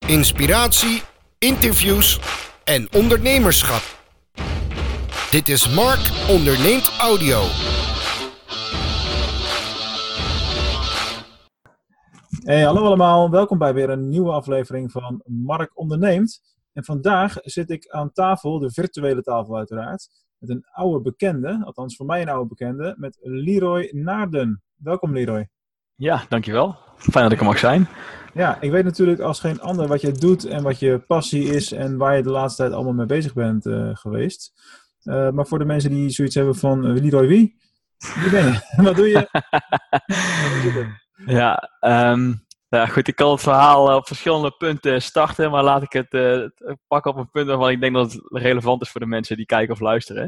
inspiratie, interviews en ondernemerschap. Dit is Mark Onderneemt Audio. Hey, hallo allemaal, welkom bij weer een nieuwe aflevering van Mark Onderneemt. En vandaag zit ik aan tafel, de virtuele tafel uiteraard, met een oude bekende, althans voor mij een oude bekende, met Leroy Naarden. Welkom Leroy. Ja, dankjewel. Fijn dat ik er mag zijn. Ja, ik weet natuurlijk als geen ander wat je doet en wat je passie is en waar je de laatste tijd allemaal mee bezig bent geweest. Maar voor de mensen die zoiets hebben van, Leroy wie? Wie ben je? Wat doe je? Ja, goed, ik kan het verhaal op verschillende punten starten, maar laat ik het pakken op een punt waarvan ik denk dat het relevant is voor de mensen die kijken of luisteren.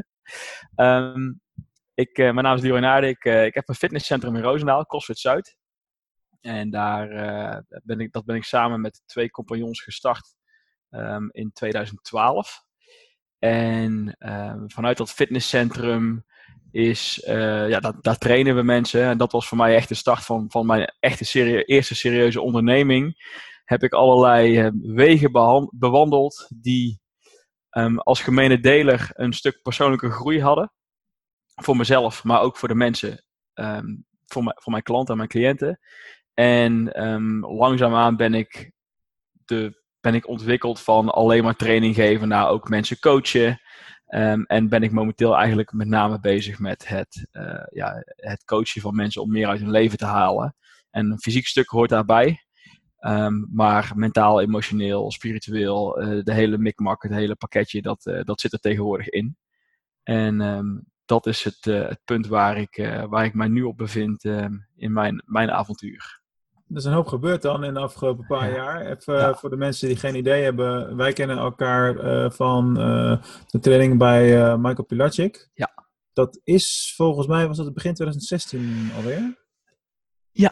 Mijn naam is Leroy Naarden, ik heb een fitnesscentrum in Roosendaal, CrossFit Zuid. En daar ben ik samen met 2 compagnons gestart in 2012. En vanuit dat fitnesscentrum daar trainen we mensen. En dat was voor mij echt de start van mijn eerste serieuze onderneming. Heb ik allerlei wegen bewandeld die als gemene deler een stuk persoonlijke groei hadden. Voor mezelf, maar ook voor de mensen. Voor mijn klanten en mijn cliënten. En langzaamaan ben ik ontwikkeld van alleen maar training geven naar ook mensen coachen. En ben ik momenteel eigenlijk met name bezig met het coachen van mensen om meer uit hun leven te halen. En een fysiek stuk hoort daarbij. Maar mentaal, emotioneel, spiritueel, de hele mikmak, het hele pakketje, dat zit er tegenwoordig in. En dat is het punt waar ik mij nu op bevind in mijn avontuur. Er is een hoop gebeurd dan in de afgelopen paar jaar. Even voor de mensen die geen idee hebben. Wij kennen elkaar van de training bij Michael Pilarczyk. Ja. Dat is volgens mij, was dat het begin 2016 alweer? Ja.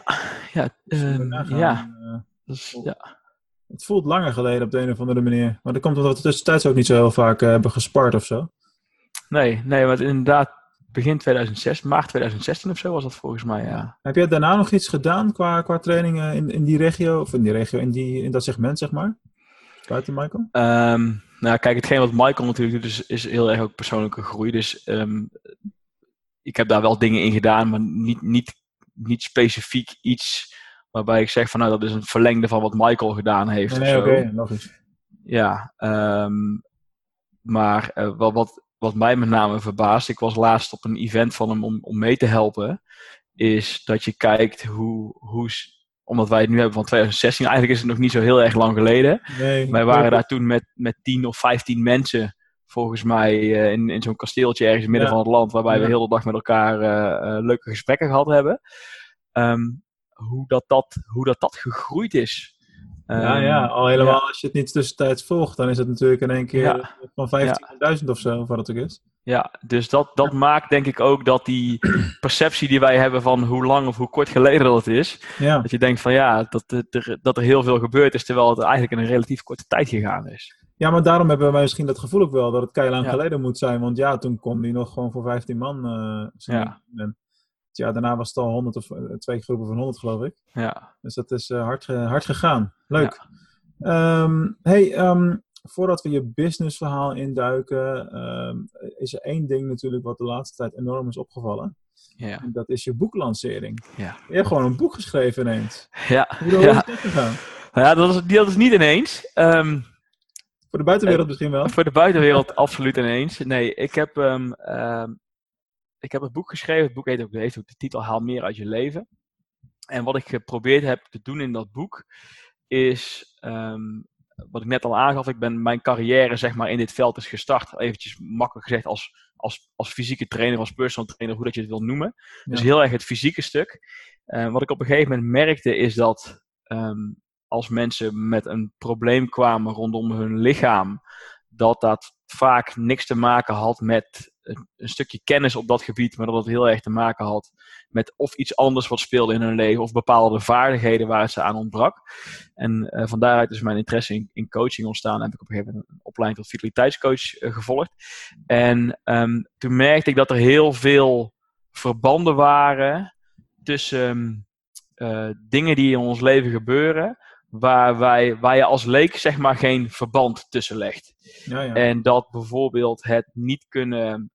Het voelt langer geleden op de een of andere manier. Maar dat komt omdat we tussentijds ook niet zo heel vaak hebben gespart of zo. Nee, want inderdaad begin 2006, maart 2016 of zo was dat volgens mij, ja. Heb jij daarna nog iets gedaan qua trainingen in die regio? Of in dat segment, zeg maar? Buiten Michael? Kijk, hetgeen wat Michael natuurlijk doet is heel erg ook persoonlijke groei. Dus ik heb daar wel dingen in gedaan, maar niet specifiek iets waarbij ik zeg van dat is een verlengde van wat Michael gedaan heeft. Nee, oké, logisch. Ja, maar wat mij met name verbaast, ik was laatst op een event van hem om mee te helpen, is dat je kijkt hoe omdat wij het nu hebben van 2016, eigenlijk is het nog niet zo heel erg lang geleden. Nee, wij waren daar toen met 10 of 15 mensen, volgens mij, in zo'n kasteeltje ergens in het midden van het land, waarbij we heel de dag met elkaar leuke gesprekken gehad hebben. Hoe dat gegroeid is. Al helemaal als je het niet tussentijds volgt, dan is het natuurlijk in één keer van 15.000 of zo, wat het ook is. Ja, dus dat maakt denk ik ook dat die perceptie die wij hebben van hoe lang of hoe kort geleden dat is, dat je denkt van dat er heel veel gebeurd is, terwijl het eigenlijk in een relatief korte tijd gegaan is. Ja, maar daarom hebben wij misschien dat gevoel ook wel, dat het keilang geleden moet zijn, want toen kon die nog gewoon voor 15 man zijn. En daarna was het al 100 of 2 groepen van 100, geloof ik. Ja. Dus dat is hard gegaan. Leuk. Voordat we je businessverhaal induiken, is er 1 ding natuurlijk wat de laatste tijd enorm is opgevallen. Ja. En dat is je boeklancering. Ja. Je hebt gewoon een boek geschreven ineens. Ja. Hoe is dat gegaan? Ja, dat is niet ineens. Voor de buitenwereld misschien wel? Voor de buitenwereld absoluut ineens. Nee, ik heb het boek geschreven. Het boek heeft ook de titel Haal meer uit je leven. En wat ik geprobeerd heb te doen in dat boek is, wat ik net al aangaf, ik ben mijn carrière zeg maar in dit veld is gestart. Eventjes makkelijk gezegd als fysieke trainer, als personal trainer, hoe dat je het wil noemen. Dus heel erg het fysieke stuk. Wat ik op een gegeven moment merkte is dat als mensen met een probleem kwamen rondom hun lichaam, dat vaak niks te maken had met een stukje kennis op dat gebied, maar dat het heel erg te maken had met of iets anders wat speelde in hun leven, of bepaalde vaardigheden waar het ze aan ontbrak. En van daaruit is mijn interesse in coaching ontstaan. Heb ik op een gegeven moment een opleiding tot vitaliteitscoach gevolgd. En toen merkte ik dat er heel veel verbanden waren tussen dingen die in ons leven gebeuren, waar je als leek zeg maar geen verband tussen legt. Ja. En dat bijvoorbeeld het niet kunnen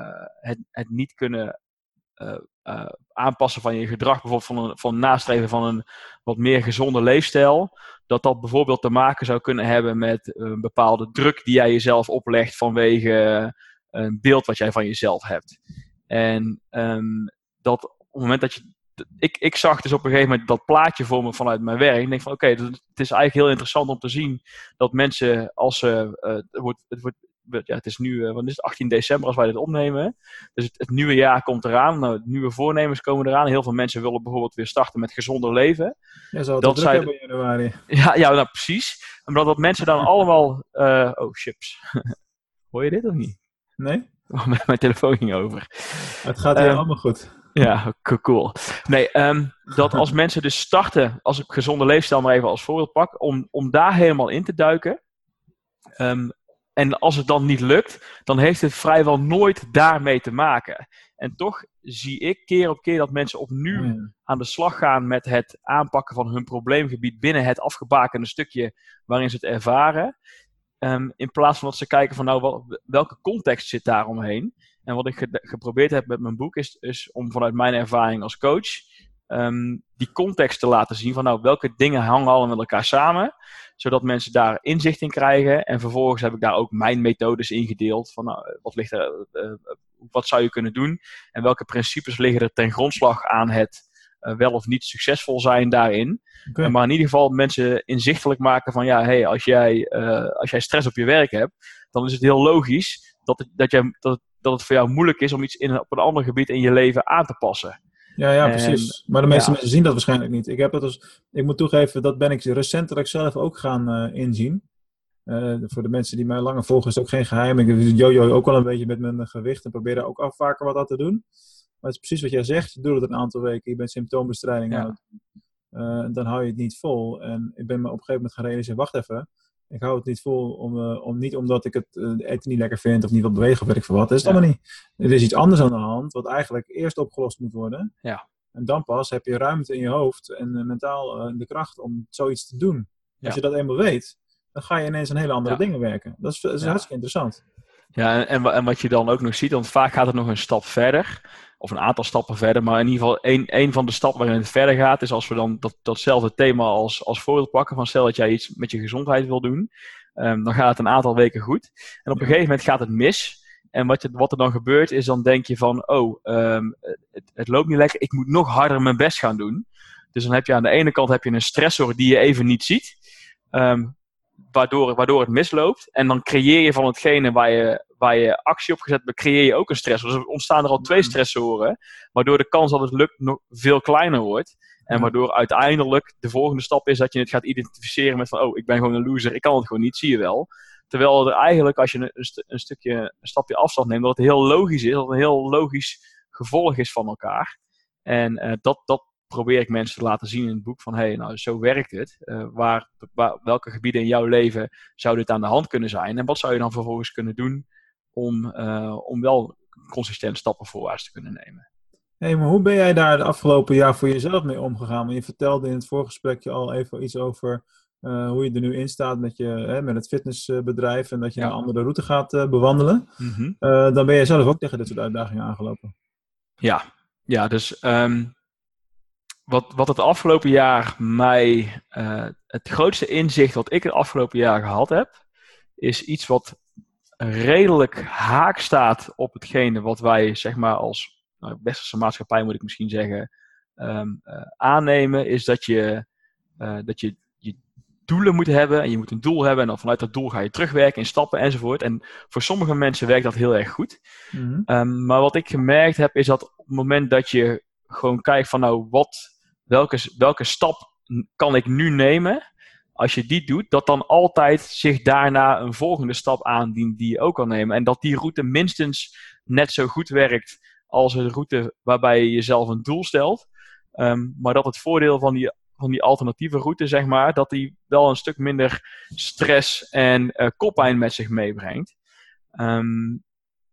aanpassen van je gedrag, bijvoorbeeld van nastreven van een wat meer gezonde leefstijl, dat bijvoorbeeld te maken zou kunnen hebben met een bepaalde druk die jij jezelf oplegt vanwege een beeld wat jij van jezelf hebt. En dat op het moment dat je... Ik zag dus op een gegeven moment dat plaatje voor me vanuit mijn werk. En ik denk van oké, het is eigenlijk heel interessant om te zien dat mensen als ze... het is nu, wat is het, 18 december als wij dit opnemen. Dus het nieuwe jaar komt eraan. Nou, nieuwe voornemens komen eraan. Heel veel mensen willen bijvoorbeeld weer starten met gezonder leven. Ja, zou het druk hebben in januari. Ja, nou precies. Omdat dat mensen dan allemaal... chips. Hoor je dit of niet? Nee? Oh, mijn telefoon ging over. Het gaat hier allemaal goed. Ja, cool. Nee, dat als mensen dus starten, als ik gezonde leefstijl maar even als voorbeeld pak, om daar helemaal in te duiken. En als het dan niet lukt, dan heeft het vrijwel nooit daarmee te maken. En toch zie ik keer op keer dat mensen opnieuw aan de slag gaan met het aanpakken van hun probleemgebied binnen het afgebakende stukje waarin ze het ervaren. In plaats van dat ze kijken van welke context zit daar omheen. En wat ik geprobeerd heb met mijn boek is om vanuit mijn ervaring als coach die context te laten zien van welke dingen hangen allemaal met elkaar samen. Zodat mensen daar inzicht in krijgen. En vervolgens heb ik daar ook mijn methodes in gedeeld. Van wat ligt er, wat zou je kunnen doen? En welke principes liggen er ten grondslag aan het wel of niet succesvol zijn daarin. Okay. Maar in ieder geval mensen inzichtelijk maken van als jij stress op je werk hebt, dan is het heel logisch dat het voor jou moeilijk is om iets op een ander gebied in je leven aan te passen. Ja, precies. Maar de meeste mensen zien dat waarschijnlijk niet. Ik moet toegeven, dat ben ik recentelijk zelf ook gaan inzien. Voor de mensen die mij langer volgen is het ook geen geheim. Ik jojo ook wel een beetje met mijn gewicht en probeer daar ook vaker wat aan te doen. Maar het is precies wat jij zegt. Je doet het een aantal weken, je bent symptoombestrijding aan het dan hou je het niet vol. En ik ben me op een gegeven moment gaan realiseren, wacht even. Ik hou het niet vol niet omdat ik het eten niet lekker vind of niet wil bewegen of weet ik veel wat. Dat is het allemaal niet. Er is iets anders aan de hand wat eigenlijk eerst opgelost moet worden. Ja. En dan pas heb je ruimte in je hoofd en mentaal de kracht om zoiets te doen. Als je dat eenmaal weet, dan ga je ineens aan hele andere dingen werken. Dat is hartstikke interessant. Ja, en wat je dan ook nog ziet, want vaak gaat het nog een stap verder. Of een aantal stappen verder. Maar in ieder geval één van de stappen waarin het verder gaat, is als we dan datzelfde thema als voorbeeld pakken. Van stel dat jij iets met je gezondheid wil doen. Dan gaat het een aantal weken goed. En op een gegeven moment gaat het mis. En wat er dan gebeurt is, dan denk je van, het loopt niet lekker. Ik moet nog harder mijn best gaan doen. Dus dan heb je aan de ene kant een stressor die je even niet ziet. Waardoor het misloopt. En dan creëer je van hetgene waar je actie op gezet hebt, creëer je ook een stressor. Dus er ontstaan er al 2 stressoren. Waardoor de kans dat het lukt nog veel kleiner wordt. En waardoor uiteindelijk de volgende stap is dat je het gaat identificeren met van, ik ben gewoon een loser. Ik kan het gewoon niet, zie je wel. Terwijl er eigenlijk, als je een stapje afstand neemt, dat het heel logisch is. Dat het een heel logisch gevolg is van elkaar. En dat probeer ik mensen te laten zien in het boek van, zo werkt het. Welke gebieden in jouw leven zou dit aan de hand kunnen zijn? En wat zou je dan vervolgens kunnen doen om wel consistent stappen voorwaarts te kunnen nemen? Hey, maar hoe ben jij daar de afgelopen jaar voor jezelf mee omgegaan? Want je vertelde in het voorgesprekje al even iets over hoe je er nu in staat met het fitnessbedrijf en dat je een andere route gaat bewandelen. Mm-hmm. Dan ben je zelf ook tegen dit soort uitdagingen aangelopen. Ja, dus wat het afgelopen jaar het grootste inzicht wat ik het afgelopen jaar gehad heb, is iets wat redelijk haak staat op hetgene wat wij zeg maar als westerse maatschappij moet ik misschien zeggen aannemen, is dat je doelen moet hebben en je moet een doel hebben en dan vanuit dat doel ga je terugwerken in stappen enzovoort. En voor sommige mensen werkt dat heel erg goed. Mm-hmm. Maar wat ik gemerkt heb is dat op het moment dat je gewoon kijkt van welke stap kan ik nu nemen? Als je die doet, dat dan altijd zich daarna een volgende stap aandient die je ook kan nemen. En dat die route minstens net zo goed werkt als een route waarbij je jezelf een doel stelt. Maar dat het voordeel van die alternatieve route, zeg maar, dat die wel een stuk minder stress en koppijn met zich meebrengt.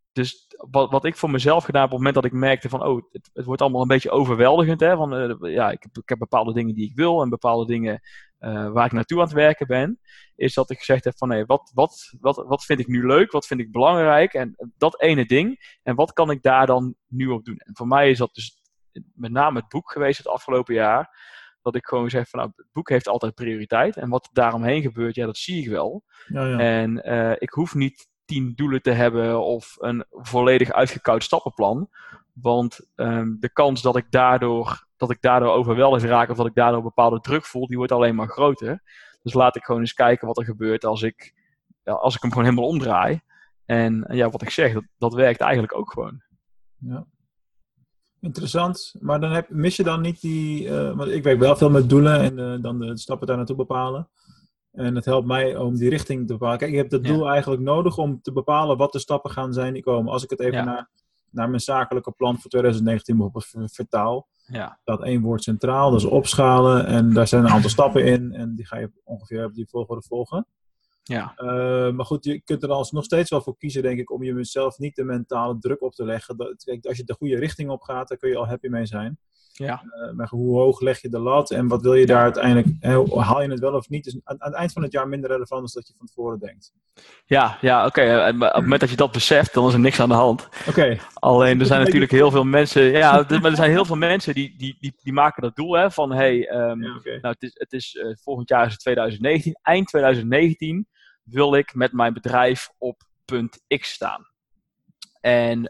Dus wat ik voor mezelf gedaan heb op het moment dat ik merkte van, het wordt allemaal een beetje overweldigend. Hè? Van, ik heb bepaalde dingen die ik wil en bepaalde dingen waar ik naartoe aan het werken ben. Is dat ik gezegd heb van, nee, wat vind ik nu leuk? Wat vind ik belangrijk? En dat ene ding. En wat kan ik daar dan nu op doen? En voor mij is dat dus met name het boek geweest het afgelopen jaar. Dat ik gewoon zeg van, nou, het boek heeft altijd prioriteit. En wat daaromheen gebeurt, ja, dat zie ik wel. Ja. En ik hoef niet 10 doelen te hebben of een volledig uitgekoud stappenplan. Want de kans dat ik daardoor overweldigd raak of dat ik daardoor bepaalde druk voel, die wordt alleen maar groter. Dus laat ik gewoon eens kijken wat er gebeurt als ik hem gewoon helemaal omdraai. En ja, wat ik zeg, dat werkt eigenlijk ook gewoon. Ja. Interessant. Maar dan mis je dan niet die... want ik werk wel veel met doelen en dan de stappen daar naartoe bepalen. En het helpt mij om die richting te bepalen. Kijk, ik heb dat doel eigenlijk nodig om te bepalen wat de stappen gaan zijn die komen. Als ik het even naar mijn zakelijke plan voor 2019 bijvoorbeeld vertaal. Ja. Dat 1 woord centraal, dat is opschalen. En daar zijn een aantal stappen in. En die ga je ongeveer op die volgorde volgen. Ja. Maar goed, je kunt er nog steeds wel voor kiezen, denk ik, om jezelf niet de mentale druk op te leggen. Kijk, als je de goede richting op gaat, daar kun je al happy mee zijn. Ja. Maar hoe hoog leg je de lat en wat wil je daar uiteindelijk, haal je het wel of niet? Dus aan het eind van het jaar minder relevant is dat je van tevoren denkt. Ja, oké. Op het moment dat je dat beseft, dan is er niks aan de hand. Oké. Alleen, er zijn natuurlijk heel veel mensen... Ja, maar er zijn heel veel mensen die maken dat doel, hè, van nou, het is volgend jaar is het 2019. Eind 2019 wil ik met mijn bedrijf op punt X staan. En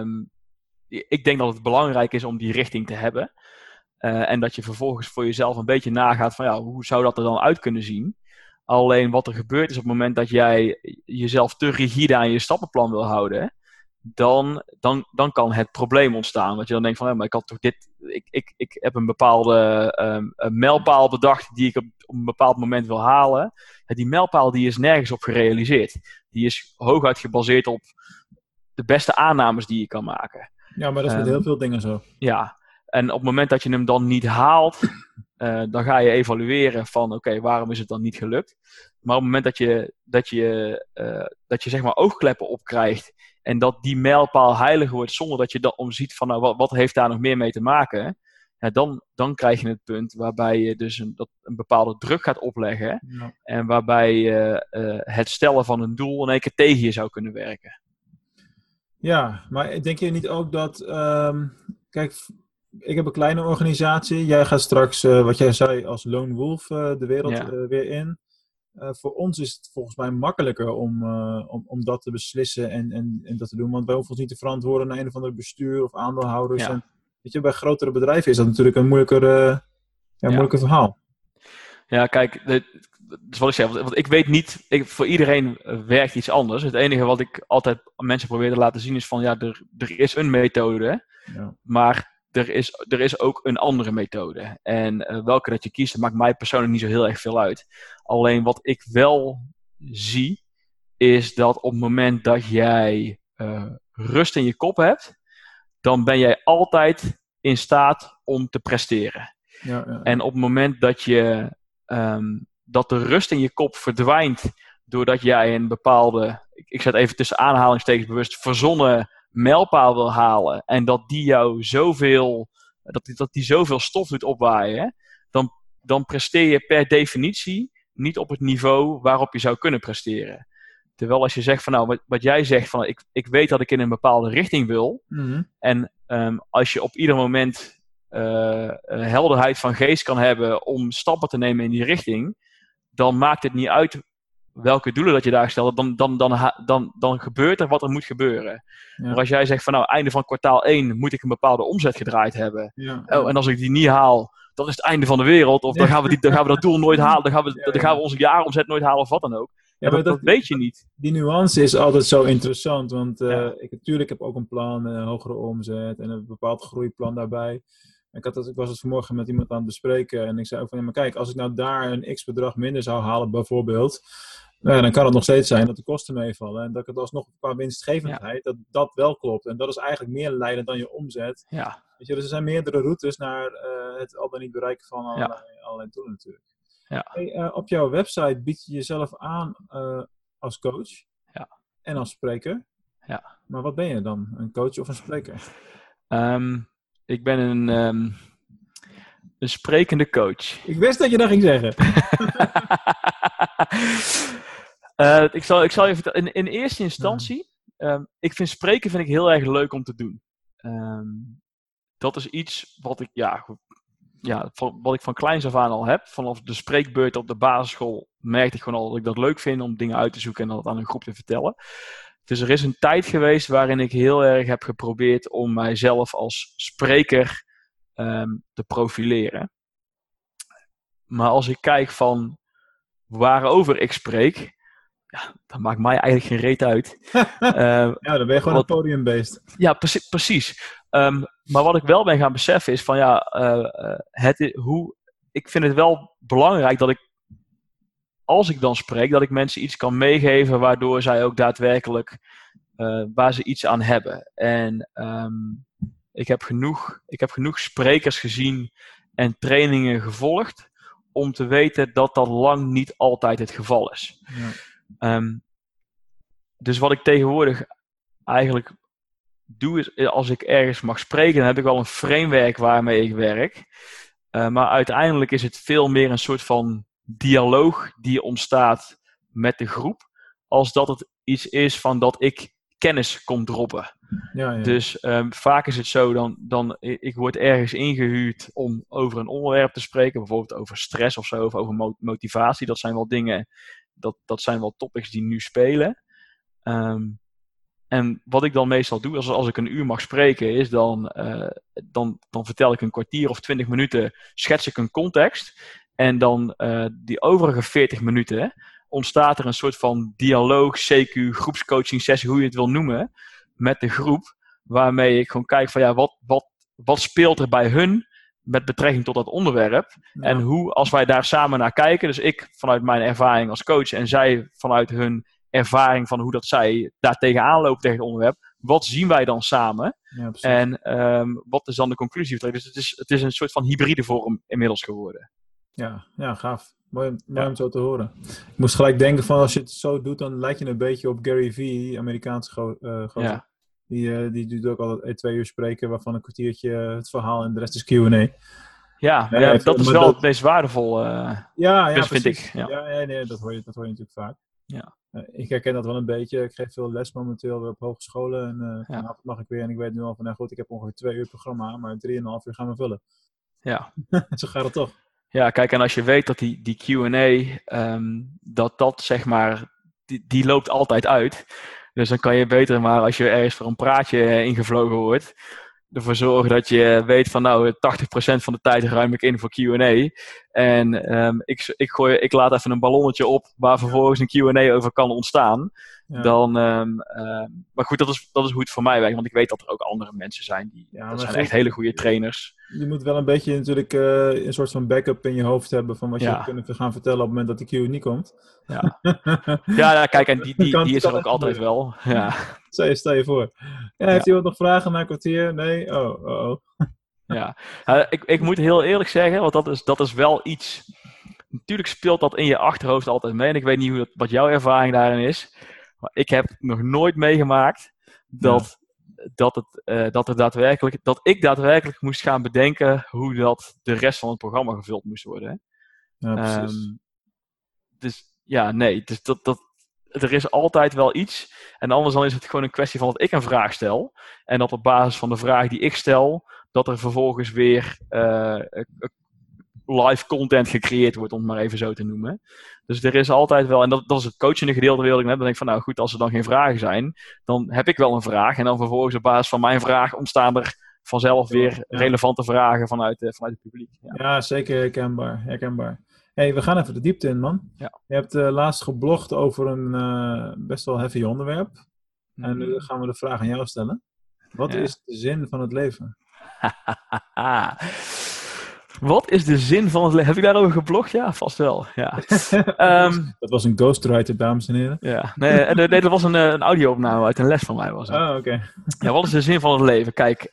ik denk dat het belangrijk is om die richting te hebben. En dat je vervolgens voor jezelf een beetje nagaat van, ja, hoe zou dat er dan uit kunnen zien? Alleen wat er gebeurt is op het moment dat jij jezelf te rigide aan je stappenplan wil houden, dan kan het probleem ontstaan. Dat je dan denkt van, maar ik had toch dit... Ik heb een bepaalde mijlpaal bedacht die ik op een bepaald moment wil halen. Ja, die mijlpaal die is nergens op gerealiseerd. Die is hooguit gebaseerd op de beste aannames die je kan maken. Ja, maar dat is met heel veel dingen zo. Ja, en op het moment dat je hem dan niet haalt, dan ga je evalueren van, oké, waarom is het dan niet gelukt? Maar op het moment dat je zeg maar oogkleppen opkrijgt en dat die mijlpaal heilig wordt zonder dat je dan omziet van, nou, wat heeft daar nog meer mee te maken? Ja, dan krijg je het punt waarbij je dus een bepaalde druk gaat opleggen. Ja. En waarbij het stellen van een doel in één keer tegen je zou kunnen werken. Ja, maar denk je niet ook dat... kijk, ik heb een kleine organisatie. Jij gaat straks, wat jij zei, als lone wolf de wereld weer in. Voor ons is het volgens mij makkelijker om dat te beslissen en dat te doen. Want wij hoeven ons niet te verantwoorden naar een of andere bestuur of aandeelhouders. Ja. En, weet je, bij grotere bedrijven is dat natuurlijk een moeilijker verhaal. Ja, kijk... Dus wat ik zeg, want ik weet niet, voor iedereen werkt iets anders. Het enige wat ik altijd aan mensen probeer te laten zien is van, ja, er is een methode, maar er is ook een andere methode. En welke dat je kiest, dat maakt mij persoonlijk niet zo heel erg veel uit. Alleen wat ik wel zie, is dat op het moment dat jij rust in je kop hebt, dan ben jij altijd in staat om te presteren. Ja. En op het moment dat je... dat de rust in je kop verdwijnt doordat jij een bepaalde, ik zet even tussen aanhalingstekens bewust, verzonnen mijlpaal wil halen en dat die jou zoveel stof doet opwaaien, dan presteer je per definitie niet op het niveau waarop je zou kunnen presteren. Terwijl als je zegt van, nou, wat jij zegt van, ik weet dat ik in een bepaalde richting wil, en als je op ieder moment helderheid van geest kan hebben om stappen te nemen in die richting, dan maakt het niet uit welke doelen dat je daar stelt. Dan gebeurt er wat er moet gebeuren. Ja. Maar als jij zegt van, nou, einde van kwartaal 1 moet ik een bepaalde omzet gedraaid hebben. Ja. En als ik die niet haal, dan is het einde van de wereld. Of dan gaan we dat doel nooit halen. Dan gaan we onze jaaromzet nooit halen of wat dan ook. Ja, maar dat weet je niet. Die nuance is altijd zo interessant. Want ik natuurlijk heb ook een plan, een hogere omzet en een bepaald groeiplan daarbij. Ik was het vanmorgen met iemand aan het bespreken en ik zei ook van, ja, maar kijk, als ik nou daar een x-bedrag minder zou halen bijvoorbeeld, dan kan het nog steeds zijn dat de kosten meevallen en dat het alsnog qua winstgevendheid, dat wel klopt. En dat is eigenlijk meer leidend dan je omzet. Ja. Weet je, dus er zijn meerdere routes naar het al dan niet bereiken van allerlei doelen natuurlijk. Ja. Hey, op jouw website bied je jezelf aan als coach en als spreker. Ja. Maar wat ben je dan? Een coach of een spreker? Ik ben een sprekende coach. Ik wist dat je dat ging zeggen. Ik zal je vertellen. In eerste instantie, ik vind spreken heel erg leuk om te doen. Dat is iets wat wat ik van kleins af aan al heb. Vanaf de spreekbeurt op de basisschool merkte ik gewoon al dat ik dat leuk vind om dingen uit te zoeken en dat aan een groep te vertellen. Dus er is een tijd geweest waarin ik heel erg heb geprobeerd om mijzelf als spreker te profileren. Maar als ik kijk van waarover ik spreek, dat maakt mij eigenlijk geen reet uit. Ja, dan ben je gewoon een podiumbeest. Ja, precies. Maar wat ik wel ben gaan beseffen is van ik vind het wel belangrijk dat ik, als ik dan spreek, dat ik mensen iets kan meegeven waardoor zij ook daadwerkelijk waar ze iets aan hebben. En ik heb genoeg sprekers gezien en trainingen gevolgd om te weten dat dat lang niet altijd het geval is. Ja. Dus wat ik tegenwoordig eigenlijk doe is, als ik ergens mag spreken, dan heb ik wel een framework waarmee ik werk. Maar uiteindelijk is het veel meer een soort van dialoog die ontstaat met de groep, als dat het iets is van dat ik kennis kom droppen. Ja. Dus vaak is het zo, ik word ergens ingehuurd om over een onderwerp te spreken, bijvoorbeeld over stress of zo, of over motivatie. Dat zijn wel dingen, dat zijn wel topics die nu spelen. En wat ik dan meestal doe, als ik een uur mag spreken, is dan vertel ik een kwartier of 20 minuten, schets ik een context. En dan die overige 40 minuten ontstaat er een soort van dialoog, CQ, groepscoaching sessie, hoe je het wil noemen, met de groep. Waarmee ik gewoon kijk van wat speelt er bij hun met betrekking tot dat onderwerp. Ja. En hoe, als wij daar samen naar kijken, dus ik vanuit mijn ervaring als coach en zij vanuit hun ervaring van hoe dat zij daar tegenaan lopen tegen het onderwerp. Wat zien wij dan samen? Ja, en wat is dan de conclusie? Dus het is een soort van hybride vorm inmiddels geworden. Ja, gaaf. Mooi om zo te horen. Ik moest gelijk denken van als je het zo doet, dan lijkt je een beetje op Gary Vee, Amerikaanse gozer. Die doet ook altijd 2 uur spreken, waarvan een kwartiertje het verhaal en de rest is Q&A. Ja, dat is wel het meest waardevol. Vind ik. Nee, dat hoor je natuurlijk vaak. Ja. Ik herken dat wel een beetje. Ik geef veel les momenteel op hogescholen. En vanavond mag ik weer. En ik weet nu al van, goed, ik heb ongeveer 2 uur programma. Maar 3,5 uur gaan we vullen. Ja. Zo gaat het toch. Ja, kijk, en als je weet dat die Q&A, dat zeg maar, die loopt altijd uit. Dus dan kan je beter maar, als je ergens voor een praatje ingevlogen wordt, ervoor zorgen dat je weet van 80% van de tijd ruim ik in voor Q&A. En ik laat even een ballonnetje op waar vervolgens een Q&A over kan ontstaan. Ja. Maar goed, dat is hoe het voor mij werkt. Want ik weet dat er ook andere mensen zijn. Dat zijn echt hele goede trainers. Je moet wel een beetje natuurlijk een soort van backup in je hoofd hebben van wat je kunt gaan vertellen op het moment dat de Q niet komt. Ja, kijk, en die is er ook altijd wel. Ja. Stel je voor. Heeft iemand nog vragen na een kwartier? Nee? Oh. Ja, ik moet heel eerlijk zeggen, want dat is wel iets. Natuurlijk speelt dat in je achterhoofd altijd mee. En ik weet niet wat jouw ervaring daarin is. Maar ik heb nog nooit meegemaakt dat ik daadwerkelijk moest gaan bedenken hoe dat de rest van het programma gevuld moest worden. Ja, precies. Er is altijd wel iets. En anders dan is het gewoon een kwestie van dat ik een vraag stel. En dat op basis van de vraag die ik stel, dat er vervolgens weer live content gecreëerd wordt, om het maar even zo te noemen. Dus er is altijd wel, en dat is het coachende gedeelte wilde ik net, dan denk ik van goed, als er dan geen vragen zijn, dan heb ik wel een vraag. En dan vervolgens op basis van mijn vraag ontstaan er vanzelf weer relevante vragen vanuit het publiek. Ja, zeker herkenbaar. Hey, we gaan even de diepte in, man. Ja. Je hebt laatst geblogd over een best wel heavy onderwerp. En nu gaan we de vraag aan jou stellen. Wat is de zin van het leven? Wat is de zin van het leven? Heb ik daarover geblogd? Ja, vast wel. Ja. Dat was een ghostwriter, dames en heren. Ja. Nee, dat was een audio-opname uit een les van mij. Was het. Oh, oké. Ja, wat is de zin van het leven? Kijk,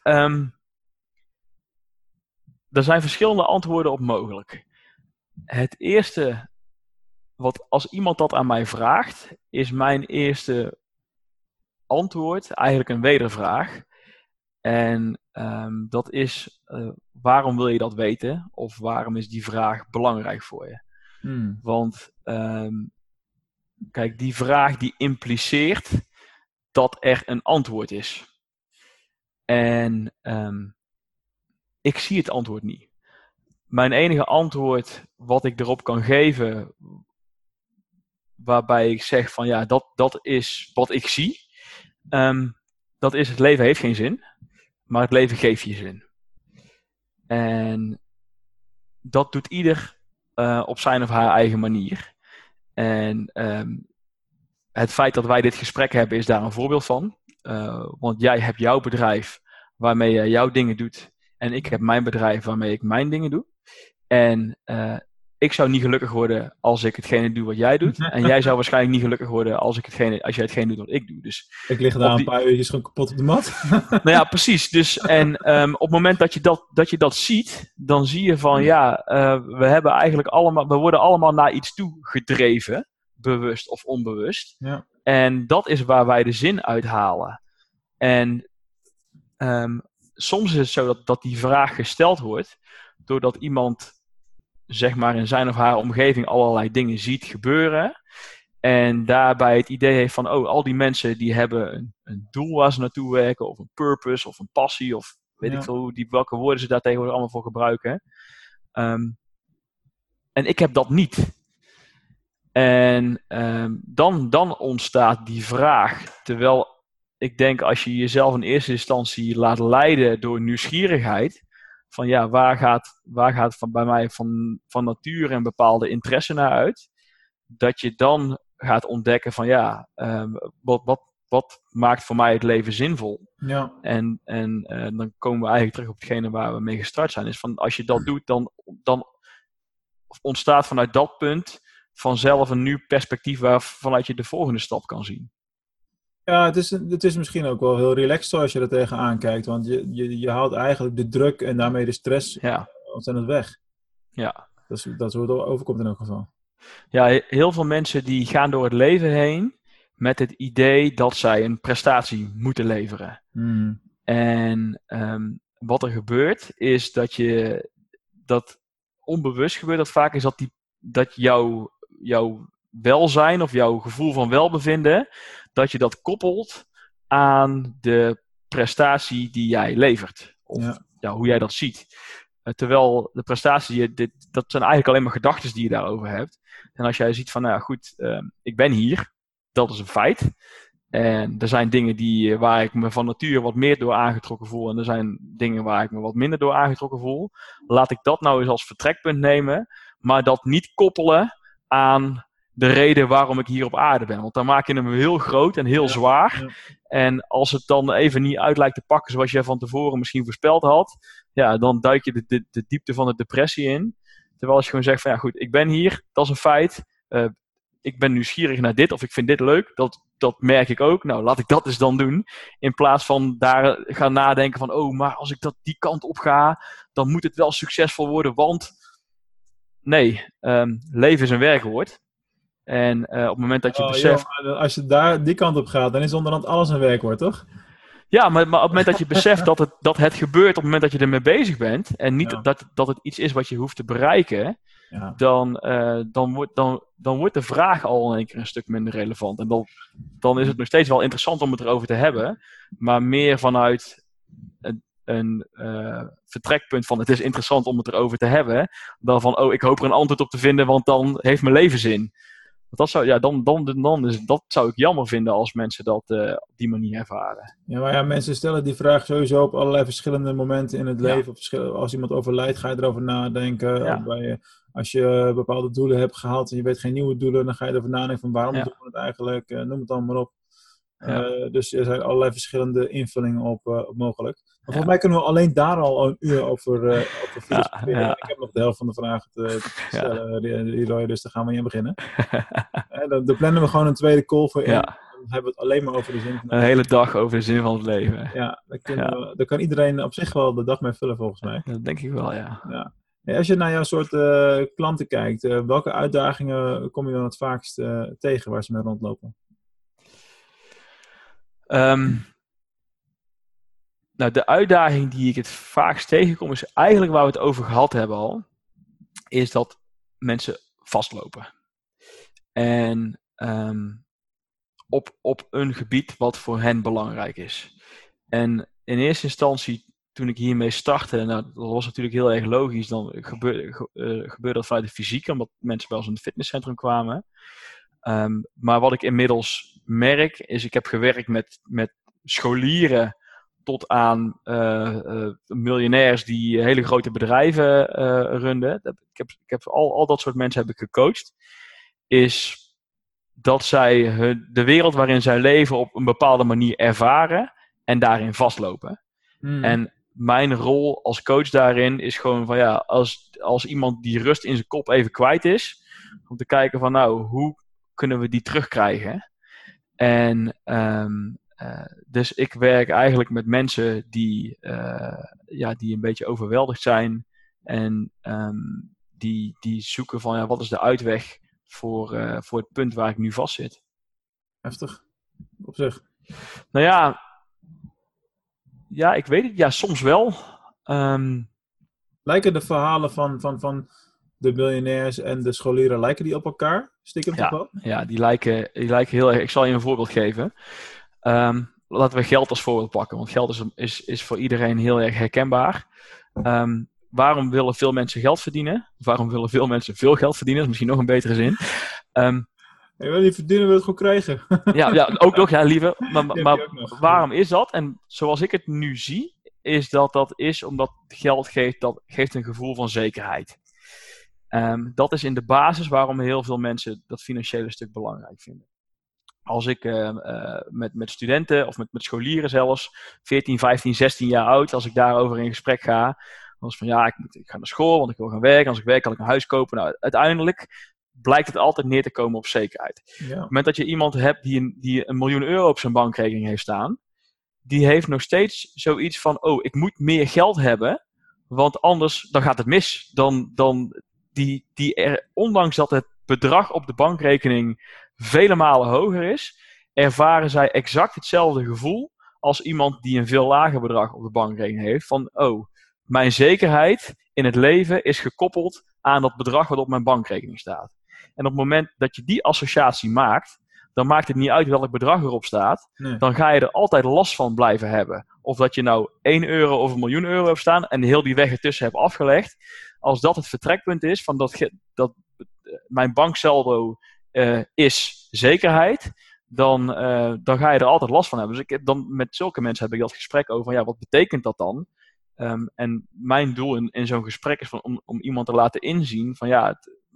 er zijn verschillende antwoorden op mogelijk. Het eerste, wat als iemand dat aan mij vraagt, is mijn eerste antwoord eigenlijk een wedervraag. En dat is, waarom wil je dat weten? Of waarom is die vraag belangrijk voor je? Want kijk, die vraag die impliceert dat er een antwoord is. En ik zie het antwoord niet. Mijn enige antwoord wat ik erop kan geven, waarbij ik zeg van ja, dat is wat ik zie. Dat is, het leven heeft geen zin, maar het leven geeft je zin. En dat doet ieder op zijn of haar eigen manier. En het feit dat wij dit gesprek hebben is daar een voorbeeld van. Want jij hebt jouw bedrijf waarmee je jouw dingen doet. En ik heb mijn bedrijf waarmee ik mijn dingen doe. En ik zou niet gelukkig worden als ik hetgene doe wat jij doet. En jij zou waarschijnlijk niet gelukkig worden als jij hetgene doet wat ik doe. Dus ik lig daar een paar uurtjes gewoon kapot op de mat. Nou ja, precies. Dus, en op het moment dat je dat ziet, dan zie je van we worden allemaal naar iets toe gedreven. Bewust of onbewust. Ja. En dat is waar wij de zin uithalen. En soms is het zo dat die vraag gesteld wordt doordat iemand zeg maar in zijn of haar omgeving allerlei dingen ziet gebeuren. En daarbij het idee heeft van, al die mensen die hebben een doel waar ze naartoe werken, of een purpose, of een passie, of weet ik veel welke woorden ze daar tegenwoordig allemaal voor gebruiken. En ik heb dat niet. En dan ontstaat die vraag. Terwijl ik denk, als je jezelf in eerste instantie laat leiden door nieuwsgierigheid, van ja, waar gaat bij mij van nature een bepaalde interesse naar uit, dat je dan gaat ontdekken van ja, wat maakt voor mij het leven zinvol? Ja. En dan komen we eigenlijk terug op hetgene waar we mee gestart zijn. Is van als je dat doet, dan ontstaat vanuit dat punt vanzelf een nieuw perspectief vanuit je de volgende stap kan zien. Ja, het is misschien ook wel heel relaxed zoals je er tegenaan kijkt. Want je haalt eigenlijk de druk en daarmee de stress ontzettend weg. Ja. Dat is hoe het overkomt in elk geval. Ja, heel veel mensen die gaan door het leven heen met het idee dat zij een prestatie moeten leveren. En wat er gebeurt is dat onbewust gebeurt dat vaak, is dat jouw welzijn of jouw gevoel van welbevinden, dat je dat koppelt aan de prestatie die jij levert. Of hoe jij dat ziet. Terwijl de prestatie, dat zijn eigenlijk alleen maar gedachten die je daarover hebt. En als jij ziet van, nou goed, ik ben hier, dat is een feit. En er zijn dingen waar ik me van nature wat meer door aangetrokken voel. En er zijn dingen waar ik me wat minder door aangetrokken voel. Laat ik dat nou eens als vertrekpunt nemen. Maar dat niet koppelen aan de reden waarom ik hier op aarde ben. Want dan maak je hem heel groot en heel zwaar. Ja. En als het dan even niet uit lijkt te pakken zoals je van tevoren misschien voorspeld had, ja, dan duik je de diepte van de depressie in. Terwijl als je gewoon zegt van ja goed, ik ben hier, dat is een feit. Ik ben nieuwsgierig naar dit of ik vind dit leuk. Dat merk ik ook. Nou, laat ik dat eens dan doen. In plaats van daar gaan nadenken van maar als ik die kant op ga, dan moet het wel succesvol worden. Want nee, leven is een werkwoord. En op het moment dat je beseft... Joh, als je die kant op gaat, dan is onderhand alles een werkwoord, toch? Ja, maar op het moment dat je beseft dat het gebeurt op het moment dat je ermee bezig bent, en niet dat het iets is wat je hoeft te bereiken, dan wordt de vraag al in één keer een stuk minder relevant. En dan is het nog steeds wel interessant om het erover te hebben, maar meer vanuit een vertrekpunt van het is interessant om het erover te hebben, dan van ik hoop er een antwoord op te vinden, want dan heeft mijn leven zin. Dat zou ik jammer vinden als mensen dat op die manier ervaren. Ja, maar mensen stellen die vraag sowieso op allerlei verschillende momenten in het leven. Als iemand overlijdt, ga je erover nadenken. Ja. Als je bepaalde doelen hebt gehaald en je weet geen nieuwe doelen, dan ga je erover nadenken van waarom doen we het eigenlijk, noem het dan maar op. Ja. Dus er zijn allerlei verschillende invullingen op mogelijk. Maar volgens mij kunnen we alleen daar al een uur over filosoferen. Ja. Ik heb nog de helft van de vragen te stellen, Leroy, dus daar gaan we niet aan beginnen. Dan plannen we gewoon een tweede call voor in. Dan hebben we het alleen maar over de zin van het leven. Een hele dag over de zin van het leven. Ja, daar kan iedereen op zich wel de dag mee vullen volgens mij. Dat denk ik wel, ja. Hey, als je naar jouw soort klanten kijkt, welke uitdagingen kom je dan het vaakst tegen waar ze mee rondlopen? Nou, de uitdaging die ik het vaakst tegenkom is eigenlijk waar we het over gehad hebben al. Is dat mensen vastlopen. En op een gebied wat voor hen belangrijk is. En in eerste instantie, toen ik hiermee startte, nou, dat was natuurlijk heel erg logisch. Dan gebeurde dat vanuit de fysiek, omdat mensen bij ons in het fitnesscentrum kwamen. Maar wat ik inmiddels merk, is ik heb gewerkt met scholieren tot aan miljonairs die hele grote bedrijven runden. Ik heb al dat soort mensen heb ik gecoacht. Is dat zij de wereld waarin zij leven op een bepaalde manier ervaren en daarin vastlopen. En mijn rol als coach daarin is gewoon van ja, als iemand die rust in zijn kop even kwijt is, om te kijken van nou, hoe kunnen we die terugkrijgen? En dus ik werk eigenlijk met mensen die een beetje overweldigd zijn en die zoeken van ja, wat is de uitweg voor het punt waar ik nu vast zit. Heftig, op zich. Nou ja, ik weet het. Ja, soms wel. Lijken de verhalen van de miljonairs en de scholieren, lijken die op elkaar? Stiekem toch wel? Ja, die lijken heel erg. Ik zal je een voorbeeld geven. Laten we geld als voorbeeld pakken, want geld is voor iedereen heel erg herkenbaar. Waarom willen veel mensen geld verdienen? Waarom willen veel mensen veel geld verdienen? Dat is misschien nog een betere zin. Je wil niet verdienen, wil het gewoon krijgen. ja, ook nog, ja, lieve. Maar waarom is dat? En zoals ik het nu zie, is dat is omdat geld geeft een gevoel van zekerheid. Dat is in de basis waarom heel veel mensen dat financiële stuk belangrijk vinden. Als ik met studenten of met scholieren zelfs, 14, 15, 16 jaar oud, als ik daarover in gesprek ga, dan is van ja, ik ga naar school, want ik wil gaan werken. Als ik werk, kan ik een huis kopen. Nou, uiteindelijk blijkt het altijd neer te komen op zekerheid. Ja. Op het moment dat je iemand hebt die €1 miljoen op zijn bankrekening heeft staan, die heeft nog steeds zoiets van, oh, ik moet meer geld hebben, want anders dan gaat het mis. Ondanks dat het bedrag op de bankrekening vele malen hoger is, ervaren zij exact hetzelfde gevoel als iemand die een veel lager bedrag op de bankrekening heeft. Van, oh, mijn zekerheid in het leven is gekoppeld aan dat bedrag wat op mijn bankrekening staat. En op het moment dat je die associatie maakt, dan maakt het niet uit welk bedrag erop staat. Nee. Dan ga je er altijd last van blijven hebben. Of dat je nou €1 of €1 miljoen hebt staan en heel die weg ertussen hebt afgelegd. Als dat het vertrekpunt is van dat mijn banksaldo is zekerheid, dan ga je er altijd last van hebben. Dus met zulke mensen heb ik dat gesprek over van ja, wat betekent dat dan? En mijn doel in zo'n gesprek is om iemand te laten inzien van ja,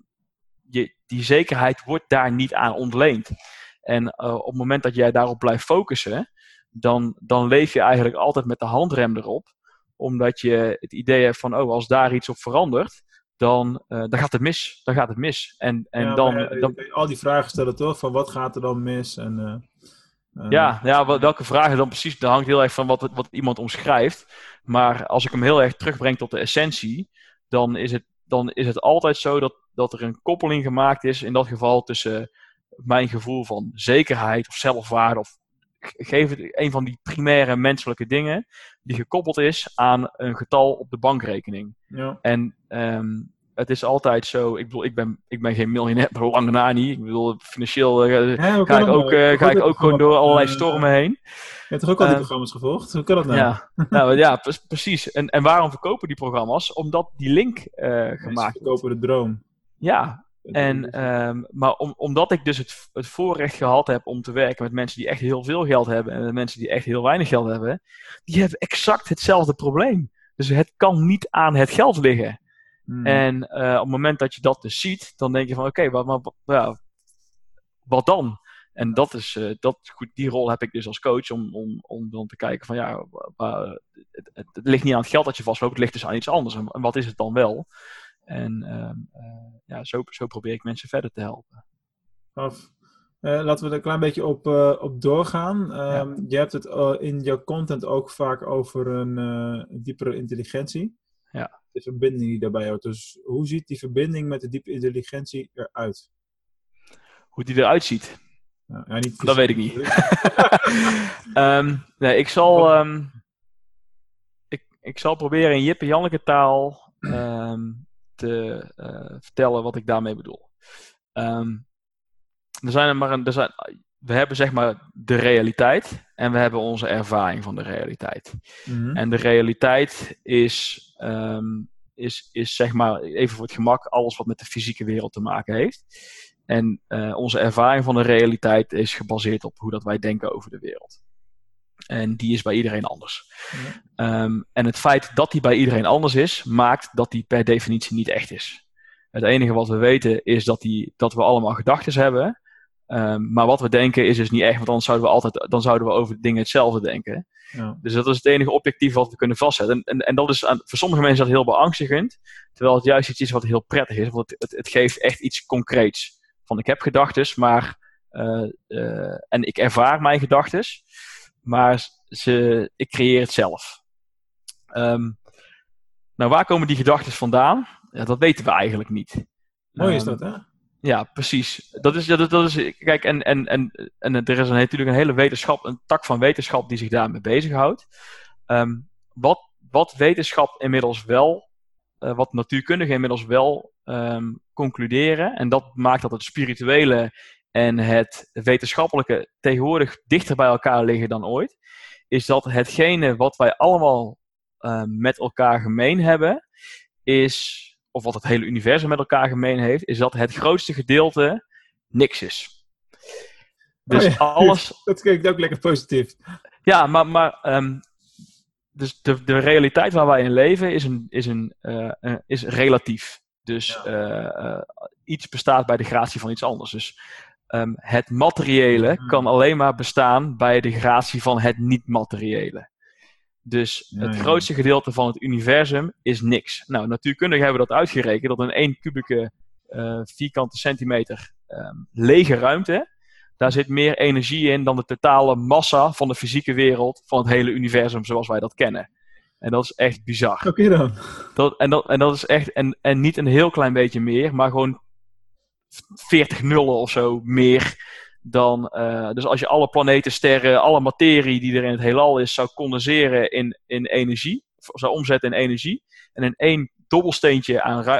die zekerheid wordt daar niet aan ontleend. En op het moment dat jij daarop blijft focussen, dan leef je eigenlijk altijd met de handrem erop. Omdat je het idee hebt van, oh, als daar iets op verandert, dan gaat het mis. Dan gaat het mis. En dan al die vragen stellen toch? Van wat gaat er dan mis? En, welke vragen dan precies? Dat hangt heel erg van wat iemand omschrijft. Maar als ik hem heel erg terugbreng tot de essentie, dan is het altijd zo dat er een koppeling gemaakt is, in dat geval tussen mijn gevoel van zekerheid of zelfwaarde, of geef het een van die primaire menselijke dingen, die gekoppeld is aan een getal op de bankrekening. Ja. En het is altijd zo, ik bedoel, ik ben geen miljonair, maar lange na niet. Ik bedoel, financieel ga ik ook gewoon door allerlei stormen heen. Je hebt toch ook al die programma's gevolgd? Hoe kan dat nou? Ja, precies. En waarom verkopen die programma's? Omdat die link gemaakt wordt. Verkopen de droom. Ja. Maar omdat ik dus het voorrecht gehad heb om te werken met mensen die echt heel veel geld hebben en met mensen die echt heel weinig geld hebben, die hebben exact hetzelfde probleem. Dus het kan niet aan het geld liggen. En op het moment dat je dat dus ziet, dan denk je van oké, wat dan? En dat is goed, die rol heb ik dus als coach om dan te kijken van ja, het ligt niet aan het geld dat je vastloopt, het ligt dus aan iets anders. En wat is het dan wel? En zo probeer ik mensen verder te helpen. Laten we er een klein beetje op doorgaan. Je hebt het in jouw content ook vaak over een diepere intelligentie. Ja. De verbinding die daarbij houdt. Dus hoe ziet die verbinding met de diepe intelligentie eruit? Hoe die eruit ziet? Ja, niet Dat weet ik niet. Nee, ik zal proberen in Jip en Janneke taal te vertellen wat ik daarmee bedoel. We hebben zeg maar de realiteit en we hebben onze ervaring van de realiteit. Mhm. En de realiteit is zeg maar, even voor het gemak, alles wat met de fysieke wereld te maken heeft. En onze ervaring van de realiteit is gebaseerd op hoe dat wij denken over de wereld. En die is bij iedereen anders. Ja. En het feit dat die bij iedereen anders is, maakt dat die per definitie niet echt is. Het enige wat we weten is dat we allemaal gedachten hebben. Maar wat we denken is dus niet echt, want dan zouden we over dingen hetzelfde denken. Ja. Dus dat is het enige objectief wat we kunnen vastzetten. En dat is voor sommige mensen dat heel beangstigend, terwijl het juist iets is wat heel prettig is, want het geeft echt iets concreets. Van ik heb gedachtes, en ik ervaar mijn gedachtes, maar ik creëer het zelf. Nou, waar komen die gedachtes vandaan? Ja, dat weten we eigenlijk niet. Mooi is dat, hè? Ja, precies. Dat is kijk, en er is natuurlijk een hele een tak van wetenschap die zich daarmee bezighoudt. Wat wetenschap inmiddels wel, wat natuurkundigen inmiddels wel concluderen, en dat maakt dat het spirituele en het wetenschappelijke tegenwoordig dichter bij elkaar liggen dan ooit, is dat hetgene wat wij allemaal met elkaar gemeen hebben, of wat het hele universum met elkaar gemeen heeft, is dat het grootste gedeelte niks is. Dus alles... Dat klinkt ook lekker positief. Ja, maar dus de realiteit waar wij in leven is relatief. Dus iets bestaat bij de gratie van iets anders. Dus het materiële kan alleen maar bestaan bij de gratie van het niet-materiële. Dus het grootste gedeelte van het universum is niks. Nou, natuurkundigen hebben dat uitgerekend, dat in 1 kubieke vierkante centimeter lege ruimte, daar zit meer energie in dan de totale massa van de fysieke wereld van het hele universum zoals wij dat kennen. En dat is echt bizar. Oké dan. En dat is echt, en niet een heel klein beetje meer, maar gewoon 40 nullen of zo meer dan, dus als je alle planeten, sterren, alle materie die er in het heelal is, zou condenseren in energie, of zou omzetten in energie, en in 1 dobbelsteentje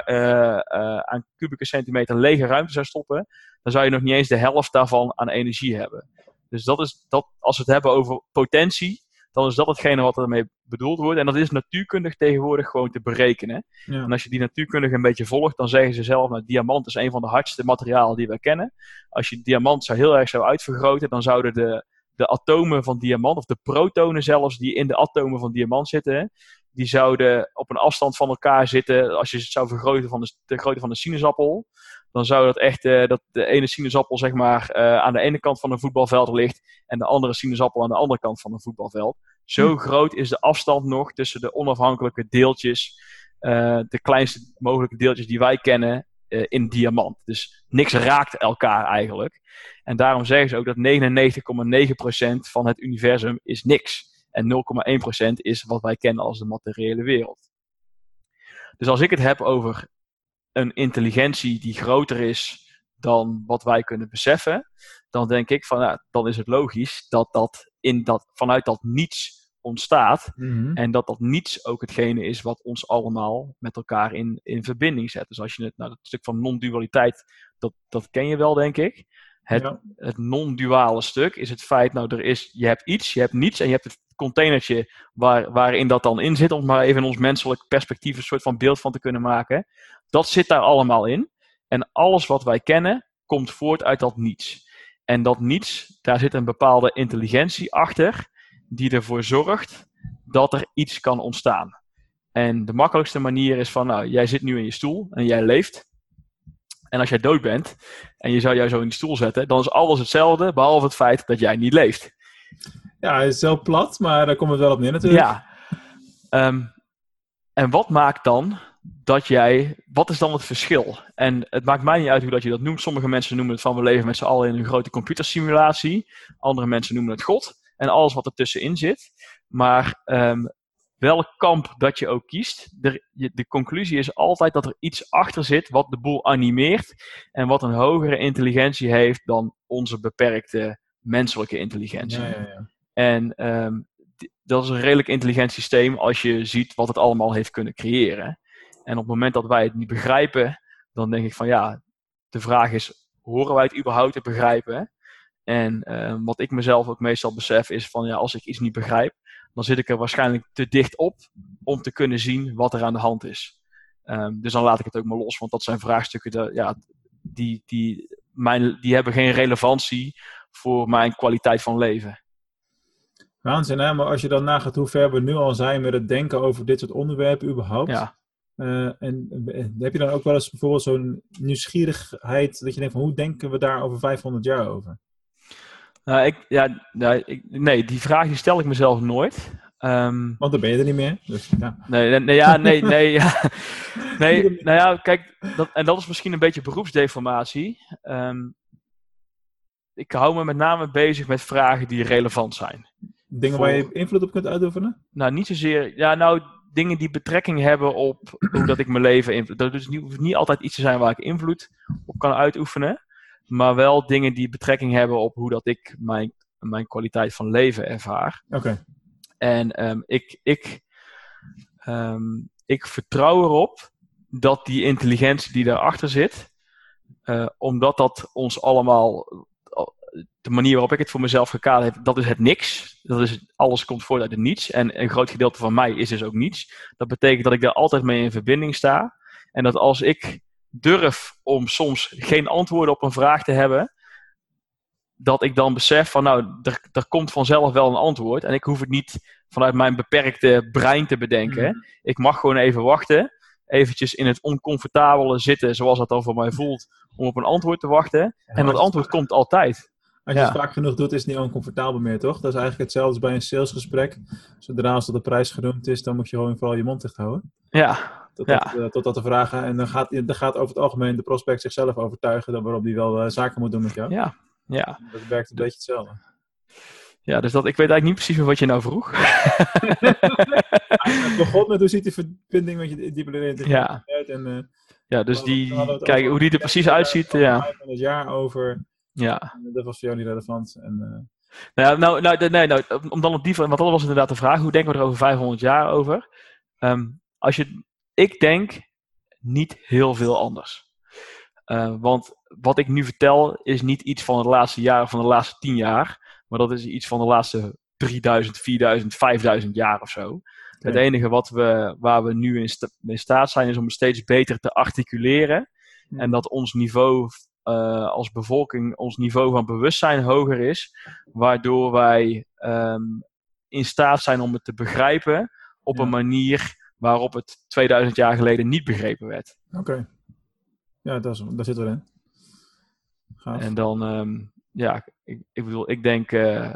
aan kubieke centimeter lege ruimte zou stoppen, dan zou je nog niet eens de helft daarvan aan energie hebben. Dus als we het hebben over potentie, dan is dat hetgene wat ermee bedoeld wordt. En dat is natuurkundig tegenwoordig gewoon te berekenen. Ja. En als je die natuurkundig een beetje volgt, dan zeggen ze zelf, nou, diamant is een van de hardste materialen die we kennen. Als je diamant heel erg zou uitvergroten, dan zouden de atomen van diamant, of de protonen zelfs, die in de atomen van diamant zitten, die zouden op een afstand van elkaar zitten. Als je het zou vergroten van de grootte van een sinaasappel, dan zou dat echt, dat de ene sinaasappel zeg maar aan de ene kant van een voetbalveld ligt en de andere sinaasappel aan de andere kant van een voetbalveld. Zo groot is de afstand nog tussen de onafhankelijke deeltjes, de kleinste mogelijke deeltjes die wij kennen in diamant. Dus niks raakt elkaar eigenlijk. En daarom zeggen ze ook dat 99,9% van het universum is niks. En 0,1% is wat wij kennen als de materiële wereld. Dus als ik het heb over een intelligentie die groter is dan wat wij kunnen beseffen, dan denk ik van, dan is het logisch dat vanuit dat niets ontstaat. Mm-hmm. En dat niets ook hetgene is wat ons allemaal met elkaar in verbinding zet. Dus als je dat stuk van non-dualiteit, dat ken je wel, denk ik. Het non-duale stuk is het feit, je hebt iets, je hebt niets en je hebt het containertje waarin dat dan in zit, om maar even in ons menselijk perspectief een soort van beeld van te kunnen maken. Dat zit daar allemaal in. En alles wat wij kennen, komt voort uit dat niets. En dat niets, daar zit een bepaalde intelligentie achter, die ervoor zorgt dat er iets kan ontstaan. En de makkelijkste manier is van, jij zit nu in je stoel en jij leeft. En als jij dood bent en je zou jou zo in die stoel zetten, dan is alles hetzelfde, behalve het feit dat jij niet leeft. Ja, het is wel plat, maar daar komt het wel op neer natuurlijk. Ja. En wat maakt dan wat is dan het verschil? En het maakt mij niet uit hoe dat je dat noemt. Sommige mensen noemen het van, we leven met z'n allen in een grote computersimulatie. Andere mensen noemen het God. En alles wat ertussenin zit. Maar welk kamp dat je ook kiest, de conclusie is altijd dat er iets achter zit wat de boel animeert en wat een hogere intelligentie heeft dan onze beperkte menselijke intelligentie. Ja. En dat is een redelijk intelligent systeem als je ziet wat het allemaal heeft kunnen creëren. En op het moment dat wij het niet begrijpen, dan denk ik van ja, de vraag is, horen wij het überhaupt te begrijpen? En wat ik mezelf ook meestal besef is van ja, als ik iets niet begrijp, dan zit ik er waarschijnlijk te dicht op om te kunnen zien wat er aan de hand is. Dus dan laat ik het ook maar los, want dat zijn vraagstukken die hebben geen relevantie voor mijn kwaliteit van leven. Waanzin, hè? Maar als je dan nagaat hoe ver we nu al zijn met het denken over dit soort onderwerpen überhaupt. Ja. En heb je dan ook wel eens bijvoorbeeld zo'n nieuwsgierigheid dat je denkt van hoe denken we daar over 500 jaar over? Nee, die vraag die stel ik mezelf nooit. Want dan ben je er niet meer. Dus, ja. Nee, kijk, dat is misschien een beetje beroepsdeformatie. Ik hou me met name bezig met vragen die relevant zijn. Dingen waar je invloed op kunt uitoefenen? Nou, niet zozeer. Ja, dingen die betrekking hebben op hoe dat ik mijn leven invloed. Dat hoeft niet altijd iets te zijn waar ik invloed op kan uitoefenen. Maar wel dingen die betrekking hebben op hoe dat ik mijn kwaliteit van leven ervaar. Oké. En ik vertrouw erop dat die intelligentie die daarachter zit, omdat dat ons allemaal, de manier waarop ik het voor mezelf gekaderd heb, dat is het niks. Alles komt voort uit het niets. En een groot gedeelte van mij is dus ook niets. Dat betekent dat ik daar altijd mee in verbinding sta. En dat als ik durf om soms geen antwoorden op een vraag te hebben, dat ik dan besef van er komt vanzelf wel een antwoord. En ik hoef het niet vanuit mijn beperkte brein te bedenken. Ik mag gewoon even wachten. Eventjes in het oncomfortabele zitten, zoals dat dan voor mij voelt, om op een antwoord te wachten. Ja, en dat antwoord komt altijd. Als je het vaak genoeg doet, is het niet oncomfortabel meer, toch? Dat is eigenlijk hetzelfde als bij een salesgesprek. Zodra als de prijs genoemd is, dan moet je gewoon vooral je mond dicht houden. Ja. Totdat de vragen. En dan gaat over het algemeen de prospect zichzelf overtuigen waarom die wel zaken moet doen met jou. Ja. Dat werkt een beetje hetzelfde. Ja, dus ik weet eigenlijk niet precies meer wat je nou vroeg. Het begon met hoe ziet die verbinding met je diepe uit. En, dus kijk hoe die er precies uitziet. Ja. 500 jaar over. Ja. Dat was voor jou niet relevant. En, om dan op die vraag, want dat was inderdaad de vraag. Hoe denken we er over 500 jaar over? Ik denk niet heel veel anders. Want wat ik nu vertel is niet iets van de laatste jaren, van de laatste 10 jaar. Maar dat is iets van de laatste 3000, 4000, 5000 jaar of zo. Okay. Het enige waar we nu in staat zijn is om het steeds beter te articuleren. Ja. En dat ons niveau als bevolking, ons niveau van bewustzijn hoger is. Waardoor wij in staat zijn om het te begrijpen op een manier waarop het 2000 jaar geleden niet begrepen werd. Oké. Ja, daar zitten we in. Gaaf. En dan, ik denk,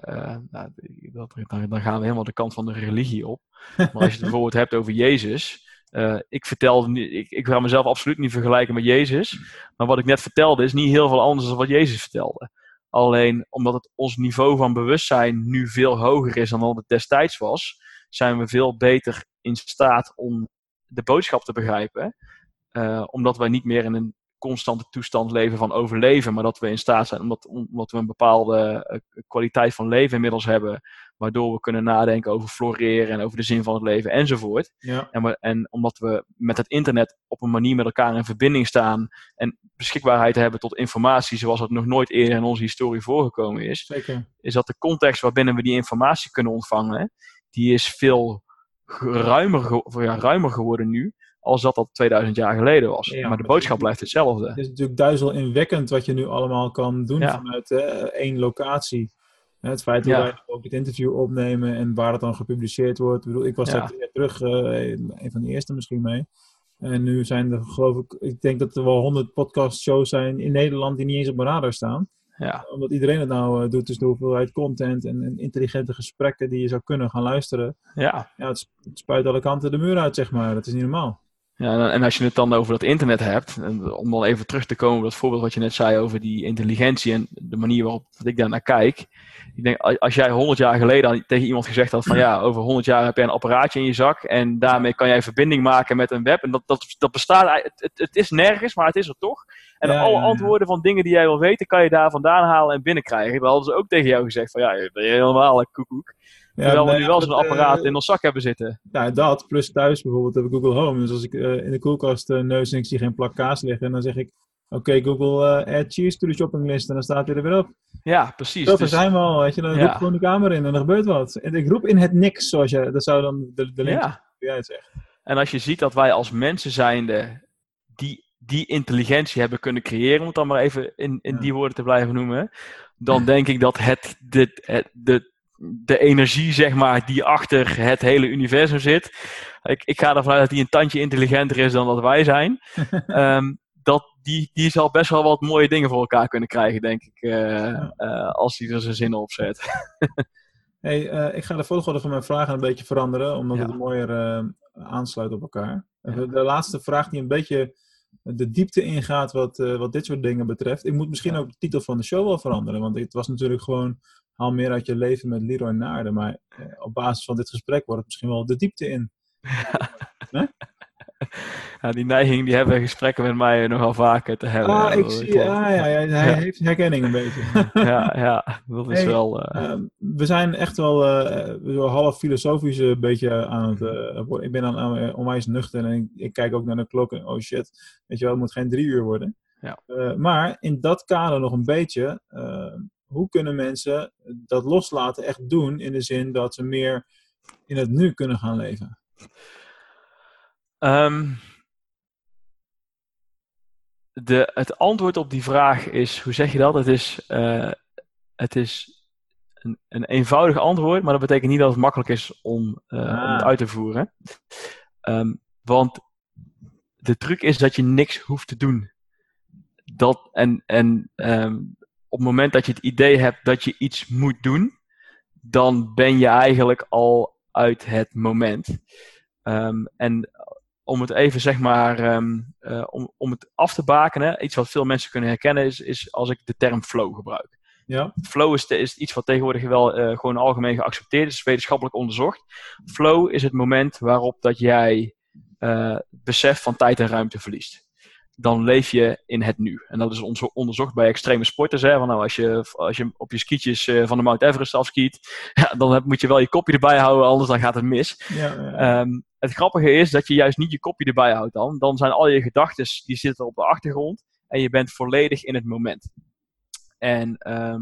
dan gaan we helemaal de kant van de religie op. Maar als je het bijvoorbeeld hebt over Jezus, ik ga mezelf absoluut niet vergelijken met Jezus. Maar wat ik net vertelde is niet heel veel anders dan wat Jezus vertelde. Alleen omdat ons niveau van bewustzijn nu veel hoger is dan het destijds was, zijn we veel beter in staat om de boodschap te begrijpen. Omdat wij niet meer in een constante toestand leven van overleven, maar dat we in staat zijn, omdat we een bepaalde kwaliteit van leven inmiddels hebben, waardoor we kunnen nadenken over floreren en over de zin van het leven enzovoort. Ja. En omdat we met het internet op een manier met elkaar in verbinding staan en beschikbaarheid hebben tot informatie zoals het nog nooit eerder in onze historie voorgekomen is. Zeker. Is dat de context waarbinnen we die informatie kunnen ontvangen, die is veel ruimer geworden nu, als dat 2000 jaar geleden was. Ja, maar de boodschap blijft hetzelfde. Het is natuurlijk duizelingwekkend wat je nu allemaal kan doen vanuit één locatie. Het feit dat wij ook het interview opnemen en waar het dan gepubliceerd wordt. Ik was daar terug, een van de eerste misschien mee. En nu zijn er, geloof ik denk dat er wel 100 podcastshows zijn in Nederland die niet eens op mijn radar staan. Ja. Omdat iedereen het nou doet, dus de hoeveelheid content en intelligente gesprekken die je zou kunnen gaan luisteren. Ja. Ja, het spuit alle kanten de muur uit, zeg maar. Dat is niet normaal. Ja, en als je het dan over dat internet hebt, om dan even terug te komen op dat voorbeeld wat je net zei over die intelligentie en de manier waarop ik daar naar kijk. Ik denk, als jij 100 jaar geleden tegen iemand gezegd had van ja, over 100 jaar heb jij een apparaatje in je zak en daarmee kan jij verbinding maken met een web. En dat bestaat, het is nergens, maar het is er toch. En alle antwoorden van dingen die jij wil weten, kan je daar vandaan halen en binnenkrijgen. Dan hadden ze ook tegen jou gezegd van ja, je bent helemaal koekoek. Terwijl we nu wel zo'n apparaat in ons zak hebben zitten. Ja, dat. Plus thuis bijvoorbeeld heb ik Google Home. Dus als ik in de koelkast neus en ik zie geen plak kaas liggen, dan zeg ik, oké, Google, add cheese to the shopping list. En dan staat hij er weer op. Ja, precies. Zover zijn we al, weet je. Dan roep ik gewoon de kamer in en er gebeurt wat. En ik roep in het niks, zoals jij, dat zou dan de link die jij het zegt. En als je ziet dat wij als mensen zijnde die intelligentie hebben kunnen creëren, om het dan maar even in die woorden te blijven noemen, dan denk ik dat de energie, zeg maar, die achter het hele universum zit, ik ga ervan uit dat die een tandje intelligenter is dan dat wij zijn, die zal best wel wat mooie dingen voor elkaar kunnen krijgen, denk ik, als hij er zijn zin op zet. Hey, ik ga de volgorde van mijn vragen een beetje veranderen, omdat het mooier aansluit op elkaar. Ja. De laatste vraag die een beetje de diepte ingaat wat dit soort dingen betreft. Ik moet misschien ook de titel van de show wel veranderen, want het was natuurlijk gewoon haal meer uit je leven met Leroy Naarden, maar op basis van dit gesprek wordt het misschien wel de diepte in. Nee? Ja, die neiging die hebben gesprekken met mij nogal vaker te hebben. Ik zie, hij heeft herkenning een beetje. ja, dat is wel... we zijn echt wel half filosofisch een beetje aan het worden. Ik ben dan onwijs nuchter en ik kijk ook naar de klok en oh shit, weet je wel, het moet geen 3 uur worden. Ja. Maar in dat kader nog een beetje, hoe kunnen mensen dat loslaten echt doen in de zin dat ze meer in het nu kunnen gaan leven? Het antwoord op die vraag is, hoe zeg je dat? Het is een eenvoudig antwoord, maar dat betekent niet dat het makkelijk is om het uit te voeren. Want de truc is dat je niks hoeft te doen. Op het moment dat je het idee hebt dat je iets moet doen, dan ben je eigenlijk al uit het moment. En om het even, zeg maar, om het af te bakenen, iets wat veel mensen kunnen herkennen, is als ik de term flow gebruik. Ja. Flow is iets wat tegenwoordig wel gewoon algemeen geaccepteerd is, wetenschappelijk onderzocht. Flow is het moment waarop dat jij besef van tijd en ruimte verliest. Dan leef je in het nu. En dat is onderzocht bij extreme sporters. Hè? Van, nou, als je op je skietjes van de Mount Everest afskiet, dan moet je wel je kopje erbij houden, anders dan gaat het mis. Ja. Het grappige is dat je juist niet je kopje erbij houdt dan. Dan zijn al je gedachten, die zitten op de achtergrond en je bent volledig in het moment. En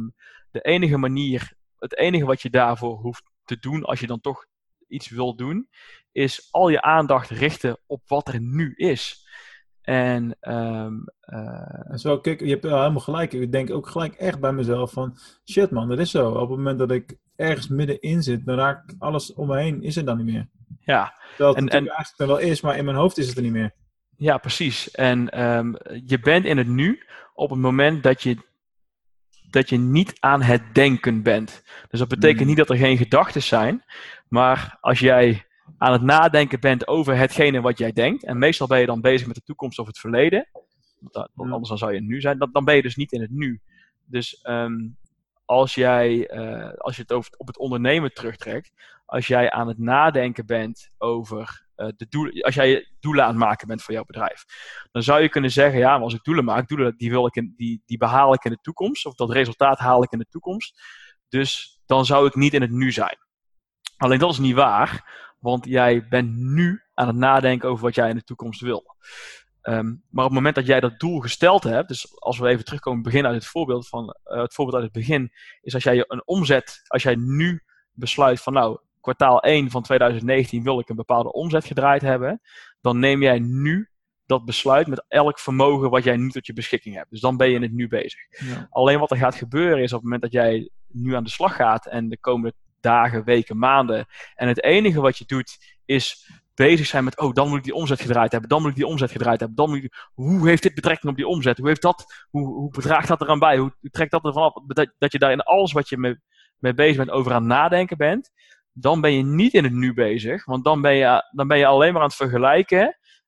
het enige wat je daarvoor hoeft te doen, als je dan toch iets wil doen, is al je aandacht richten op wat er nu is. En zo, kijk, je hebt helemaal gelijk. Ik denk ook gelijk echt bij mezelf van, shit man, dat is zo. Op het moment dat ik ergens middenin zit, dan raakt alles om me heen, is er dan niet meer. Ja. Terwijl het natuurlijk eigenlijk er wel is, maar in mijn hoofd is het er niet meer. Ja, precies. En je bent in het nu op het moment dat je niet aan het denken bent. Dus dat betekent niet dat er geen gedachten zijn, maar als jij aan het nadenken bent over hetgene wat jij denkt, en meestal ben je dan bezig met de toekomst of het verleden, want anders dan zou je nu zijn, dan ben je dus niet in het nu. Dus als je het op het ondernemen terugtrekt, als jij aan het nadenken bent over als jij je doelen aan het maken bent voor jouw bedrijf, dan zou je kunnen zeggen, ja, maar als ik doelen maak, die behaal ik in de toekomst, of dat resultaat haal ik in de toekomst, dus dan zou ik niet in het nu zijn. Alleen dat is niet waar, want jij bent nu aan het nadenken over wat jij in de toekomst wil. Maar op het moment dat jij dat doel gesteld hebt, dus als we even terugkomen beginnen uit het voorbeeld uit het begin, is als jij nu besluit van nou, kwartaal 1 van 2019 wil ik een bepaalde omzet gedraaid hebben, dan neem jij nu dat besluit met elk vermogen wat jij nu tot je beschikking hebt. Dus dan ben je in het nu bezig. Ja. Alleen wat er gaat gebeuren is op het moment dat jij nu aan de slag gaat en de komende dagen, weken, maanden, en het enige wat je doet is bezig zijn met, dan moet ik die omzet gedraaid hebben, hoe heeft dit betrekking op die omzet, hoe bedraagt dat eraan bij, hoe trekt dat ervan af, dat je daar in alles wat je mee bezig bent over aan het nadenken bent, dan ben je niet in het nu bezig, want dan ben je alleen maar aan het vergelijken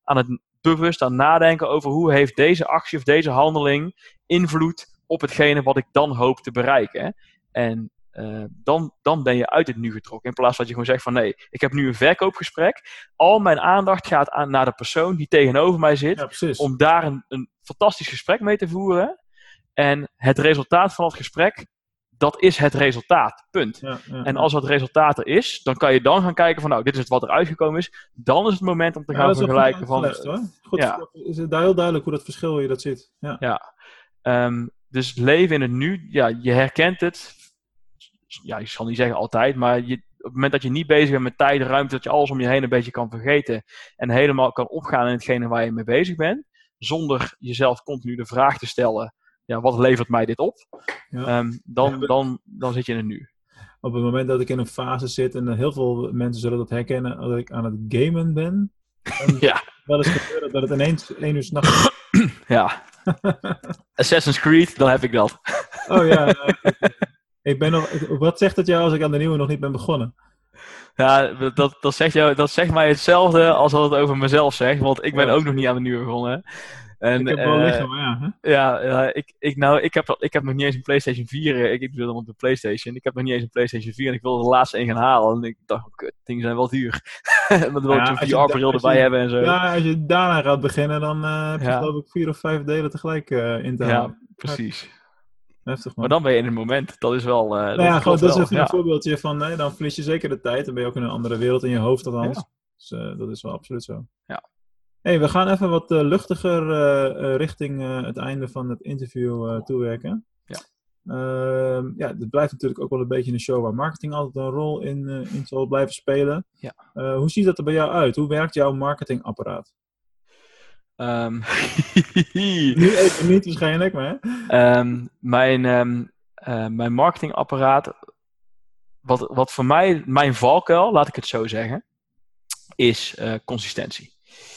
bewust aan het nadenken over hoe heeft deze actie of deze handeling invloed op hetgene wat ik dan hoop te bereiken. En dan ben je uit het nu getrokken. In plaats van dat je gewoon zegt van nee, ik heb nu een verkoopgesprek. Al mijn aandacht gaat naar de persoon die tegenover mij zit. Om daar een fantastisch gesprek mee te voeren. En het resultaat van het gesprek, dat is het resultaat. Punt. En als dat resultaat er is, dan kan je dan gaan kijken van nou, dit is het wat er uitgekomen is. Dan is het moment om te gaan vergelijken van... Is het daar heel duidelijk hoe dat verschil je dat ziet. Dus leven in het nu, je herkent het. Ja, ik zal niet zeggen altijd, maar op het moment dat je niet bezig bent met tijd en ruimte, dat je alles om je heen een beetje kan vergeten en helemaal kan opgaan in hetgene waar je mee bezig bent, zonder jezelf continu de vraag te stellen, wat levert mij dit op? Dan zit je in het nu. Op het moment dat ik in een fase zit, en heel veel mensen zullen dat herkennen, dat ik aan het gamen ben, wel eens gebeuren dat het ineens 1 uur 's nachts... Ja. Assassin's Creed, dan heb ik dat. Oh ja. Wat zegt het jou als ik aan de nieuwe nog niet ben begonnen? Ja, dat zegt mij hetzelfde als dat het over mezelf zegt. Want ik ben ook nog niet aan de nieuwe begonnen. En, ik heb wel liggen, maar ik heb nog niet eens een PlayStation 4. Ik doe dat op de PlayStation. Ik heb nog niet eens een PlayStation 4 en ik wilde de laatste een gaan halen. En ik dacht, kut, dingen zijn wel duur. En dan wil ik zo'n VR-bril erbij hebben en zo. Ja, als je daarna gaat beginnen, dan heb je geloof ik 4 of 5 delen tegelijk in te halen. Ja, precies. Heftig, man. Maar dan ben je in het moment. Dat is wel... dat is even een voorbeeldje van... dan verlies je zeker de tijd. Dan ben je ook in een andere wereld in je hoofd althans. Ja. Dus dat is wel absoluut zo. Ja. Hey, we gaan even wat luchtiger richting het einde van het interview toewerken. Ja. Dit blijft natuurlijk ook wel een beetje een show waar marketing altijd een rol in zal blijven spelen. Ja. Hoe ziet dat er bij jou uit? Hoe werkt jouw marketingapparaat? Nu even niet waarschijnlijk, maar... Mijn marketingapparaat... Wat voor mij mijn valkuil, laat ik het zo zeggen, is consistentie.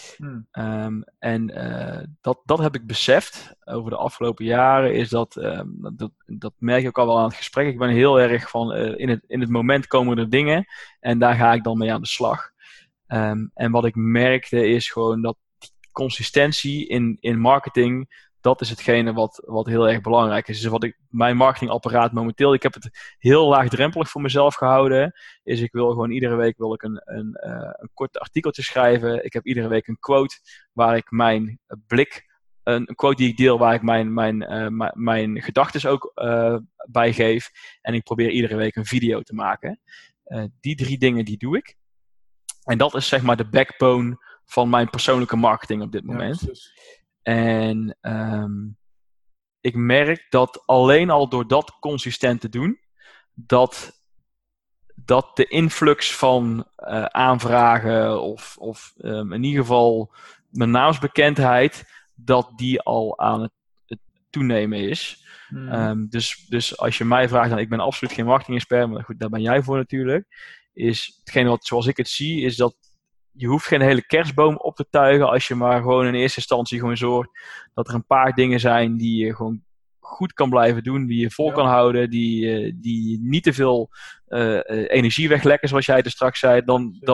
Dat heb ik beseft over de afgelopen jaren, is dat merk ik ook al wel aan het gesprek. Ik ben heel erg van, in het moment komen er dingen en daar ga ik dan mee aan de slag. En wat ik merkte is gewoon dat consistentie in marketing, dat is hetgene wat heel erg belangrijk is. Dus mijn marketingapparaat momenteel, ik heb het heel laagdrempelig voor mezelf gehouden, is ik wil gewoon iedere week een kort artikeltje schrijven. Ik heb iedere week een quote waar ik mijn blik, een quote die ik deel waar ik mijn gedachten ook bij geef. En ik probeer iedere week een video te maken. Die 3 dingen die doe ik. En dat is zeg maar de backbone van mijn persoonlijke marketing op dit moment. Ja, en ik merk dat alleen al door dat consistent te doen, dat de influx van aanvragen of in ieder geval mijn naamsbekendheid, dat die al aan het toenemen is. Dus als je mij vraagt, dan ik ben absoluut geen marketing-expert, maar goed, daar ben jij voor natuurlijk. Is hetgene zoals ik het zie, is dat je hoeft geen hele kerstboom op te tuigen als je maar gewoon in eerste instantie gewoon zorgt dat er een paar dingen zijn die je gewoon goed kan blijven doen, die je vol kan houden, die niet te veel energie weglekken, zoals jij er straks zei,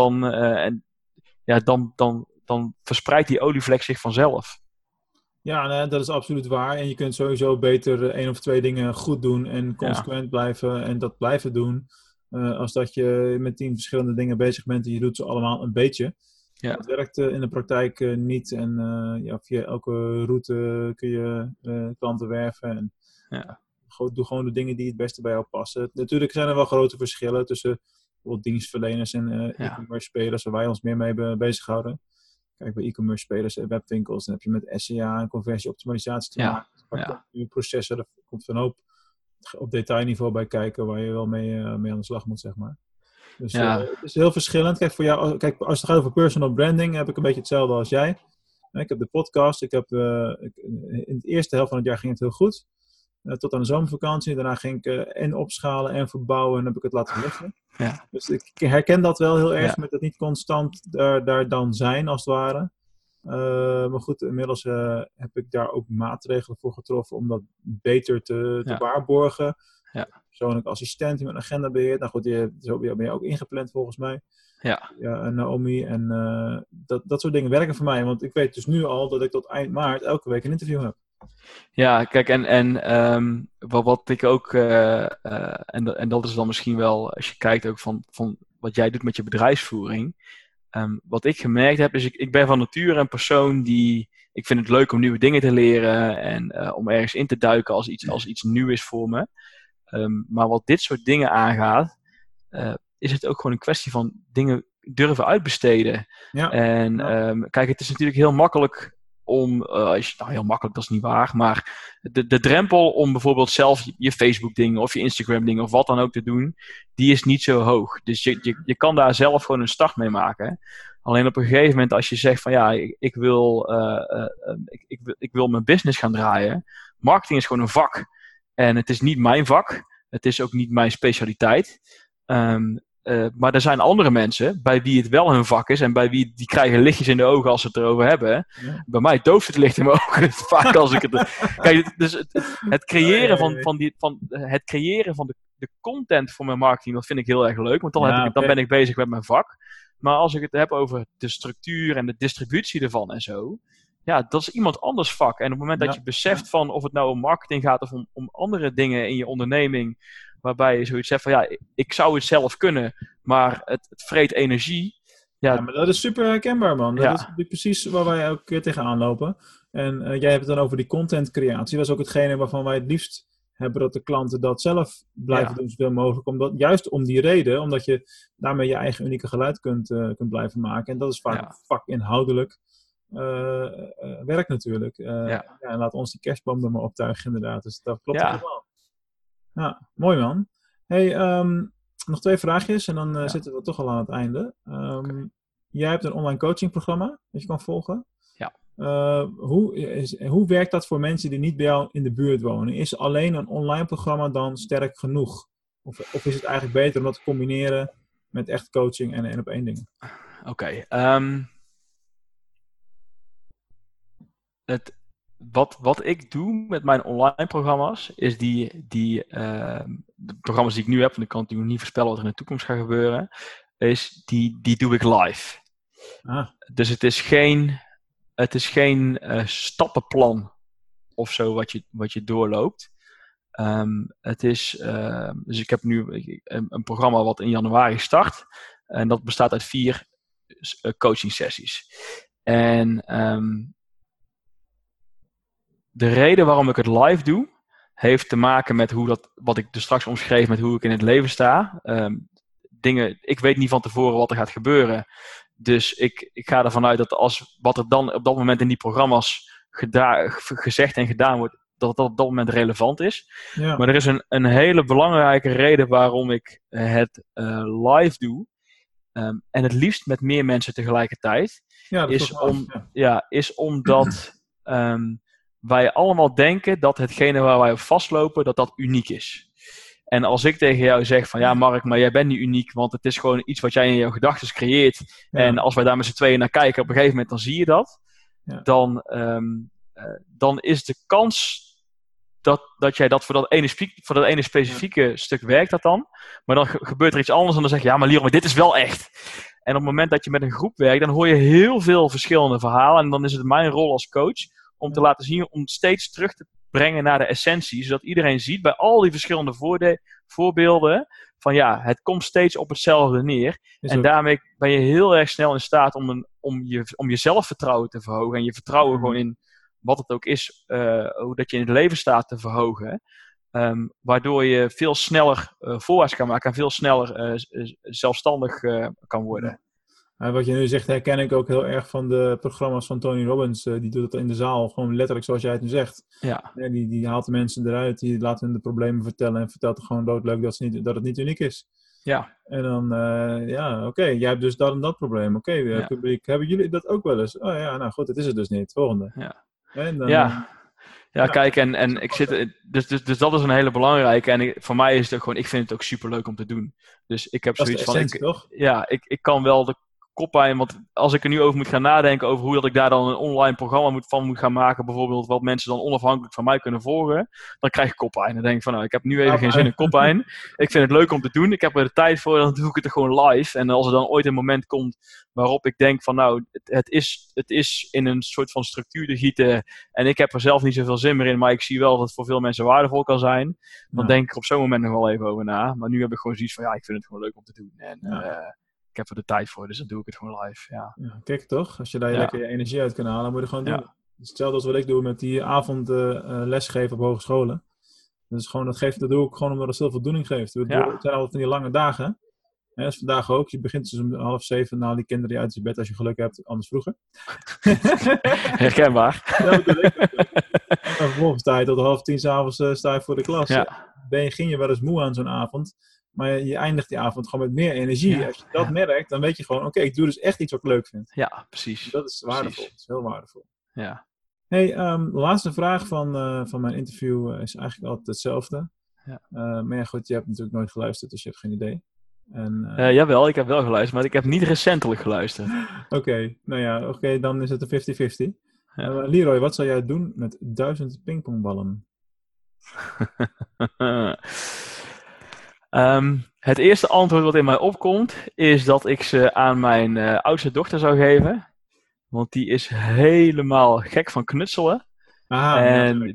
dan verspreidt die olievlek zich vanzelf. Ja, dat is absoluut waar. En je kunt sowieso beter 1 of 2 dingen goed doen en consequent blijven en dat blijven doen. Als dat je met 10 verschillende dingen bezig bent en je doet ze allemaal een beetje. Ja. Dat werkt in de praktijk niet. En via elke route kun je klanten werven. En, doe gewoon de dingen die het beste bij jou passen. Natuurlijk zijn er wel grote verschillen tussen bijvoorbeeld dienstverleners en e-commerce spelers waar wij ons meer mee bezighouden. Kijk, bij e-commerce spelers en webwinkels, dan heb je met SEA en conversieoptimalisatie te maken. Je processen, daar komt een hoop op detailniveau bij kijken waar je wel mee aan de slag moet, zeg maar. Dus het is heel verschillend. Kijk, voor jou, als het gaat over personal branding, heb ik een beetje hetzelfde als jij. Ik heb de podcast. In de eerste helft van het jaar ging het heel goed. Tot aan de zomervakantie. Daarna ging ik en opschalen en verbouwen en heb ik het laten liggen. Ja. Dus ik herken dat wel heel erg met het niet constant daar dan zijn, als het ware. Maar goed, inmiddels heb ik daar ook maatregelen voor getroffen om dat beter te waarborgen. Ja. persoonlijke assistent die mijn agenda beheert. Nou goed, zo ben je ook ingepland volgens mij. Ja. Ja, Naomi en dat soort dingen werken voor mij. Want ik weet dus nu al dat ik tot eind maart elke week een interview heb. Ja, kijk, wat ik ook, en dat is dan misschien wel, als je kijkt ook van wat jij doet met je bedrijfsvoering. Wat ik gemerkt heb, is ik ben van nature een persoon ik vind het leuk om nieuwe dingen te leren en om ergens in te duiken als iets nieuw is voor me. Maar wat dit soort dingen aangaat, is het ook gewoon een kwestie van dingen durven uitbesteden. Ja. En kijk, het is natuurlijk heel makkelijk heel makkelijk, dat is niet waar, maar de drempel om bijvoorbeeld zelf je Facebook dingen of je Instagram dingen of wat dan ook te doen, die is niet zo hoog. Dus je kan daar zelf gewoon een start mee maken. Alleen op een gegeven moment als je zegt van ja, ik wil mijn business gaan draaien. Marketing is gewoon een vak. En het is niet mijn vak. Het is ook niet mijn specialiteit. Maar er zijn andere mensen bij wie het wel hun vak is en bij wie die krijgen lichtjes in de ogen als ze het erover hebben. Ja. Bij mij dooft het licht in mijn ogen vaak als ik het. Kijk, dus het creëren het creëren van de content voor mijn marketing, dat vind ik heel erg leuk, want dan ben ik bezig met mijn vak. Maar als ik het heb over de structuur en de distributie ervan en zo, ja, dat is iemand anders vak. En op het moment dat je beseft van of het nou om marketing gaat of om andere dingen in je onderneming, waarbij je zoiets zegt van ja, ik zou het zelf kunnen, maar het vreet energie. Ja, maar dat is super herkenbaar, man. Dat is precies waar wij ook tegenaan lopen. En jij hebt het dan over die contentcreatie. Dat is ook hetgene waarvan wij het liefst hebben dat de klanten dat zelf blijven doen zoveel mogelijk. Juist om die reden, omdat je daarmee je eigen unieke geluid kunt blijven maken. En dat is vaak vakinhoudelijk werk natuurlijk. En laat ons die kerstboom er maar optuigen inderdaad. Dus dat klopt helemaal. Ja, mooi man. Hey, nog 2 vraagjes en dan zitten we toch al aan het einde. Jij hebt een online coachingprogramma dat je kan volgen. Ja. Hoe werkt dat voor mensen die niet bij jou in de buurt wonen? Is alleen een online programma dan sterk genoeg? Of is het eigenlijk beter om dat te combineren met echt coaching en 1-op-1 dingen? Oké. Wat ik doe met mijn online programma's, is de programma's die ik nu heb, en ik kan natuurlijk niet voorspellen wat er in de toekomst gaat gebeuren, is die doe ik live. Dus het is geen stappenplan of zo wat je doorloopt. Dus ik heb nu een programma wat in januari start. En dat bestaat uit 4 coaching sessies. En de reden waarom ik het live doe, heeft te maken met wat ik dus straks omschreef met hoe ik in het leven sta. Ik weet niet van tevoren wat er gaat gebeuren. Dus ik ga ervan uit dat wat er dan op dat moment in die programma's gezegd en gedaan wordt, dat het op dat moment relevant is. Ja. Maar er is een hele belangrijke reden waarom ik het live doe. En het liefst met meer mensen tegelijkertijd. Ja, is omdat wij allemaal denken dat hetgene waar wij op vastlopen, dat uniek is. En als ik tegen jou zeg van ja Mark, maar jij bent niet uniek, want het is gewoon iets wat jij in jouw gedachten creëert. Ja. En als wij daar met z'n tweeën naar kijken, op een gegeven moment dan zie je dat. Ja. Dan is de kans dat jij dat voor dat ene specifieke stuk werkt dat dan. Maar dan gebeurt er iets anders en dan zeg je ja maar Leroy, dit is wel echt. En op het moment dat je met een groep werkt, dan hoor je heel veel verschillende verhalen. En dan is het mijn rol als coach om te laten zien, om steeds terug te brengen naar de essentie. Zodat iedereen ziet bij al die verschillende voorbeelden van ja, het komt steeds op hetzelfde neer. En daarmee ben je heel erg snel in staat om je zelfvertrouwen te verhogen. En je vertrouwen gewoon in wat het ook is, hoe dat je in het leven staat te verhogen. Waardoor je veel sneller voorwaarts kan maken en veel sneller zelfstandig kan worden. Wat je nu zegt herken ik ook heel erg van de programma's van Tony Robbins. Die doet het in de zaal, gewoon letterlijk zoals jij het nu zegt. Ja. Die haalt de mensen eruit, die laat hen de problemen vertellen en vertelt er gewoon doodleuk dat het niet uniek is. Ja. En dan, oké, jij hebt dus dat en dat probleem. Oké, publiek, hebben jullie dat ook wel eens? Oh ja, nou goed, het is het dus niet. Volgende. Ja. En dan, Ja, kijk, en ik zit. Dus dat is een hele belangrijke. En voor mij is het ook gewoon, ik vind het ook super leuk om te doen. Dus ik heb zoiets van. Toch? Ja, ik kan wel de koppijn. Want als ik er nu over moet gaan nadenken over hoe dat ik daar dan een online programma van moet gaan maken, bijvoorbeeld wat mensen dan onafhankelijk van mij kunnen volgen, dan krijg ik koppijn. Dan denk ik van, nou, ik heb nu even geen zin in koppijn. Ik vind het leuk om te doen. Ik heb er de tijd voor, dan doe ik het er gewoon live. En als er dan ooit een moment komt waarop ik denk van, nou, het is in een soort van structuur te gieten en ik heb er zelf niet zoveel zin meer in, maar ik zie wel dat het voor veel mensen waardevol kan zijn, dan denk ik er op zo'n moment nog wel even over na. Maar nu heb ik gewoon zoiets van, ja, ik vind het gewoon leuk om te doen. En ik heb er de tijd voor, dus dan doe ik het gewoon live. Ja. Ja, kijk toch, als je daar lekker je energie uit kan halen, moet je het gewoon doen. Ja. Dus hetzelfde als wat ik doe met die avond lesgeven op hogescholen. Dus gewoon, dat doe ik gewoon omdat het zoveel voldoening geeft. Het zijn altijd van die lange dagen. Ja, dat is vandaag ook. Je begint dus om 6:30, nou die kinderen die uit je bed als je geluk hebt, anders vroeger. Herkenbaar. Ja, dat doe ik. En vervolgens sta je tot 9:30 s'avonds sta je voor de klas. Ja. Ging je wel eens moe aan zo'n avond, maar je eindigt die avond gewoon met meer energie. Ja. Als je dat merkt, dan weet je gewoon, oké, ik doe dus echt iets wat ik leuk vind. Ja, precies. Dat is waardevol. Dat is heel waardevol. Ja. Hey, de laatste vraag van mijn interview is eigenlijk altijd hetzelfde. Ja. Maar ja, goed, je hebt natuurlijk nooit geluisterd, dus je hebt geen idee. Jawel, ik heb wel geluisterd, maar ik heb niet recentelijk geluisterd. Oké, dan is het een 50-50. Ja. Leroy, wat zou jij doen met 1000 pingpongballen? Het eerste antwoord wat in mij opkomt, is dat ik ze aan mijn oudste dochter zou geven. Want die is helemaal gek van knutselen. Aha, en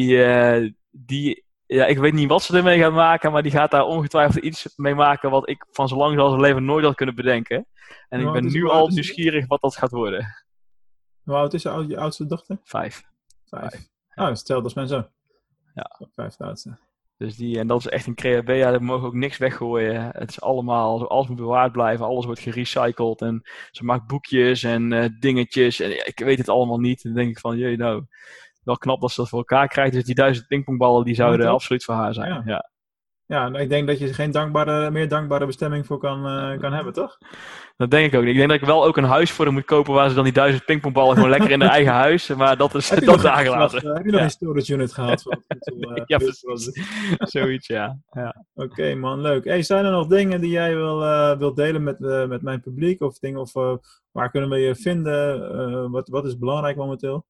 ik weet niet wat ze ermee gaat maken, maar die gaat daar ongetwijfeld iets mee maken wat ik van zo lang als zijn leven nooit had kunnen bedenken. En ik ben nu al nieuwsgierig wat dat gaat worden. Hoe oud is je oudste dochter? 5. Oh, dat is hetzelfde als mijn zoon. Ja. 5 de oudste. Dus en dat is echt een creabea, daar mogen ook niks weggooien. Het is allemaal, alles moet bewaard blijven, alles wordt gerecycled. En ze maakt boekjes en dingetjes. En ik weet het allemaal niet. En dan denk ik van, jee, nou, wel knap dat ze dat voor elkaar krijgt. Dus die 1000 pingpongballen, die zouden absoluut voor haar zijn. Ja, ik denk dat je er geen meer dankbare bestemming voor kan hebben, toch? Dat denk ik ook niet. Ik denk dat ik wel ook een huis voor haar moet kopen waar ze dan die 1000 pingpongballen gewoon lekker in haar eigen huis. Maar dat is aangelaten. Heb je nog een storage unit gehad? Ja, precies. Zoiets, ja. Oké, man, leuk. Hey, zijn er nog dingen die jij wil delen met mijn publiek? Of dingen, waar kunnen we je vinden? Wat is belangrijk momenteel?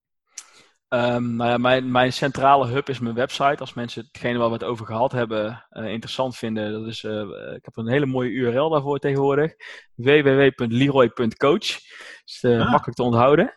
Mijn centrale hub is mijn website. Als mensen hetgene waar we het over gehad hebben interessant vinden, dat is, ik heb een hele mooie URL daarvoor tegenwoordig. www.leroy.coach. Dus makkelijk te onthouden.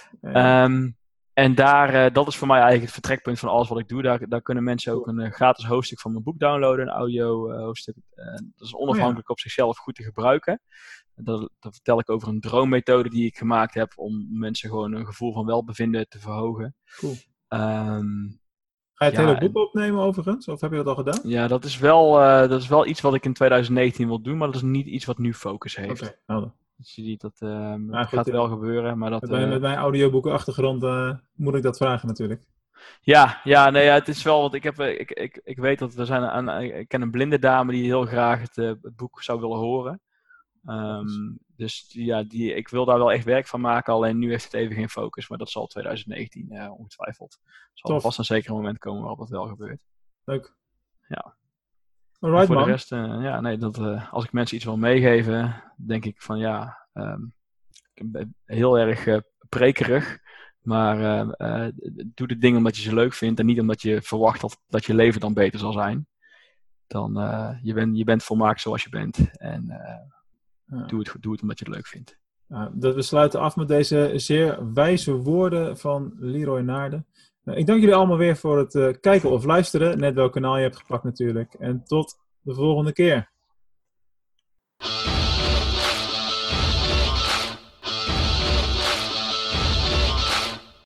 En dat is voor mij eigenlijk het vertrekpunt van alles wat ik doe. Daar kunnen mensen ook een gratis hoofdstuk van mijn boek downloaden, een audio hoofdstuk. Dat is onafhankelijk op zichzelf goed te gebruiken. Dan vertel ik over een droommethode die ik gemaakt heb om mensen gewoon een gevoel van welbevinden te verhogen. Cool. Ga je het hele boek opnemen overigens? Of heb je dat al gedaan? Ja, dat is wel iets wat ik in 2019 wil doen, maar dat is niet iets wat nu focus heeft. Oké, helder. Dus je ziet dat gaat wel gebeuren. Maar met mijn audioboeken achtergrond moet ik dat vragen natuurlijk. Het is wel, want ik weet dat ik ken een blinde dame die heel graag het boek zou willen horen. Ik wil daar wel echt werk van maken, alleen nu heeft het even geen focus, maar dat zal 2019 ongetwijfeld. Zal er vast een zeker moment komen waarop dat wel gebeurt. Leuk. Ja. Alright, voor man. de rest, als ik mensen iets wil meegeven, denk ik van ik ben heel erg prekerig, maar doe de dingen omdat je ze leuk vindt en niet omdat je verwacht dat je leven dan beter zal zijn. Dan, je bent volmaakt zoals je bent en doe het omdat je het leuk vindt. We sluiten af met deze zeer wijze woorden van Leroy Naarden. Ik dank jullie allemaal weer voor het kijken of luisteren. Net welk kanaal je hebt gepakt natuurlijk. En tot de volgende keer.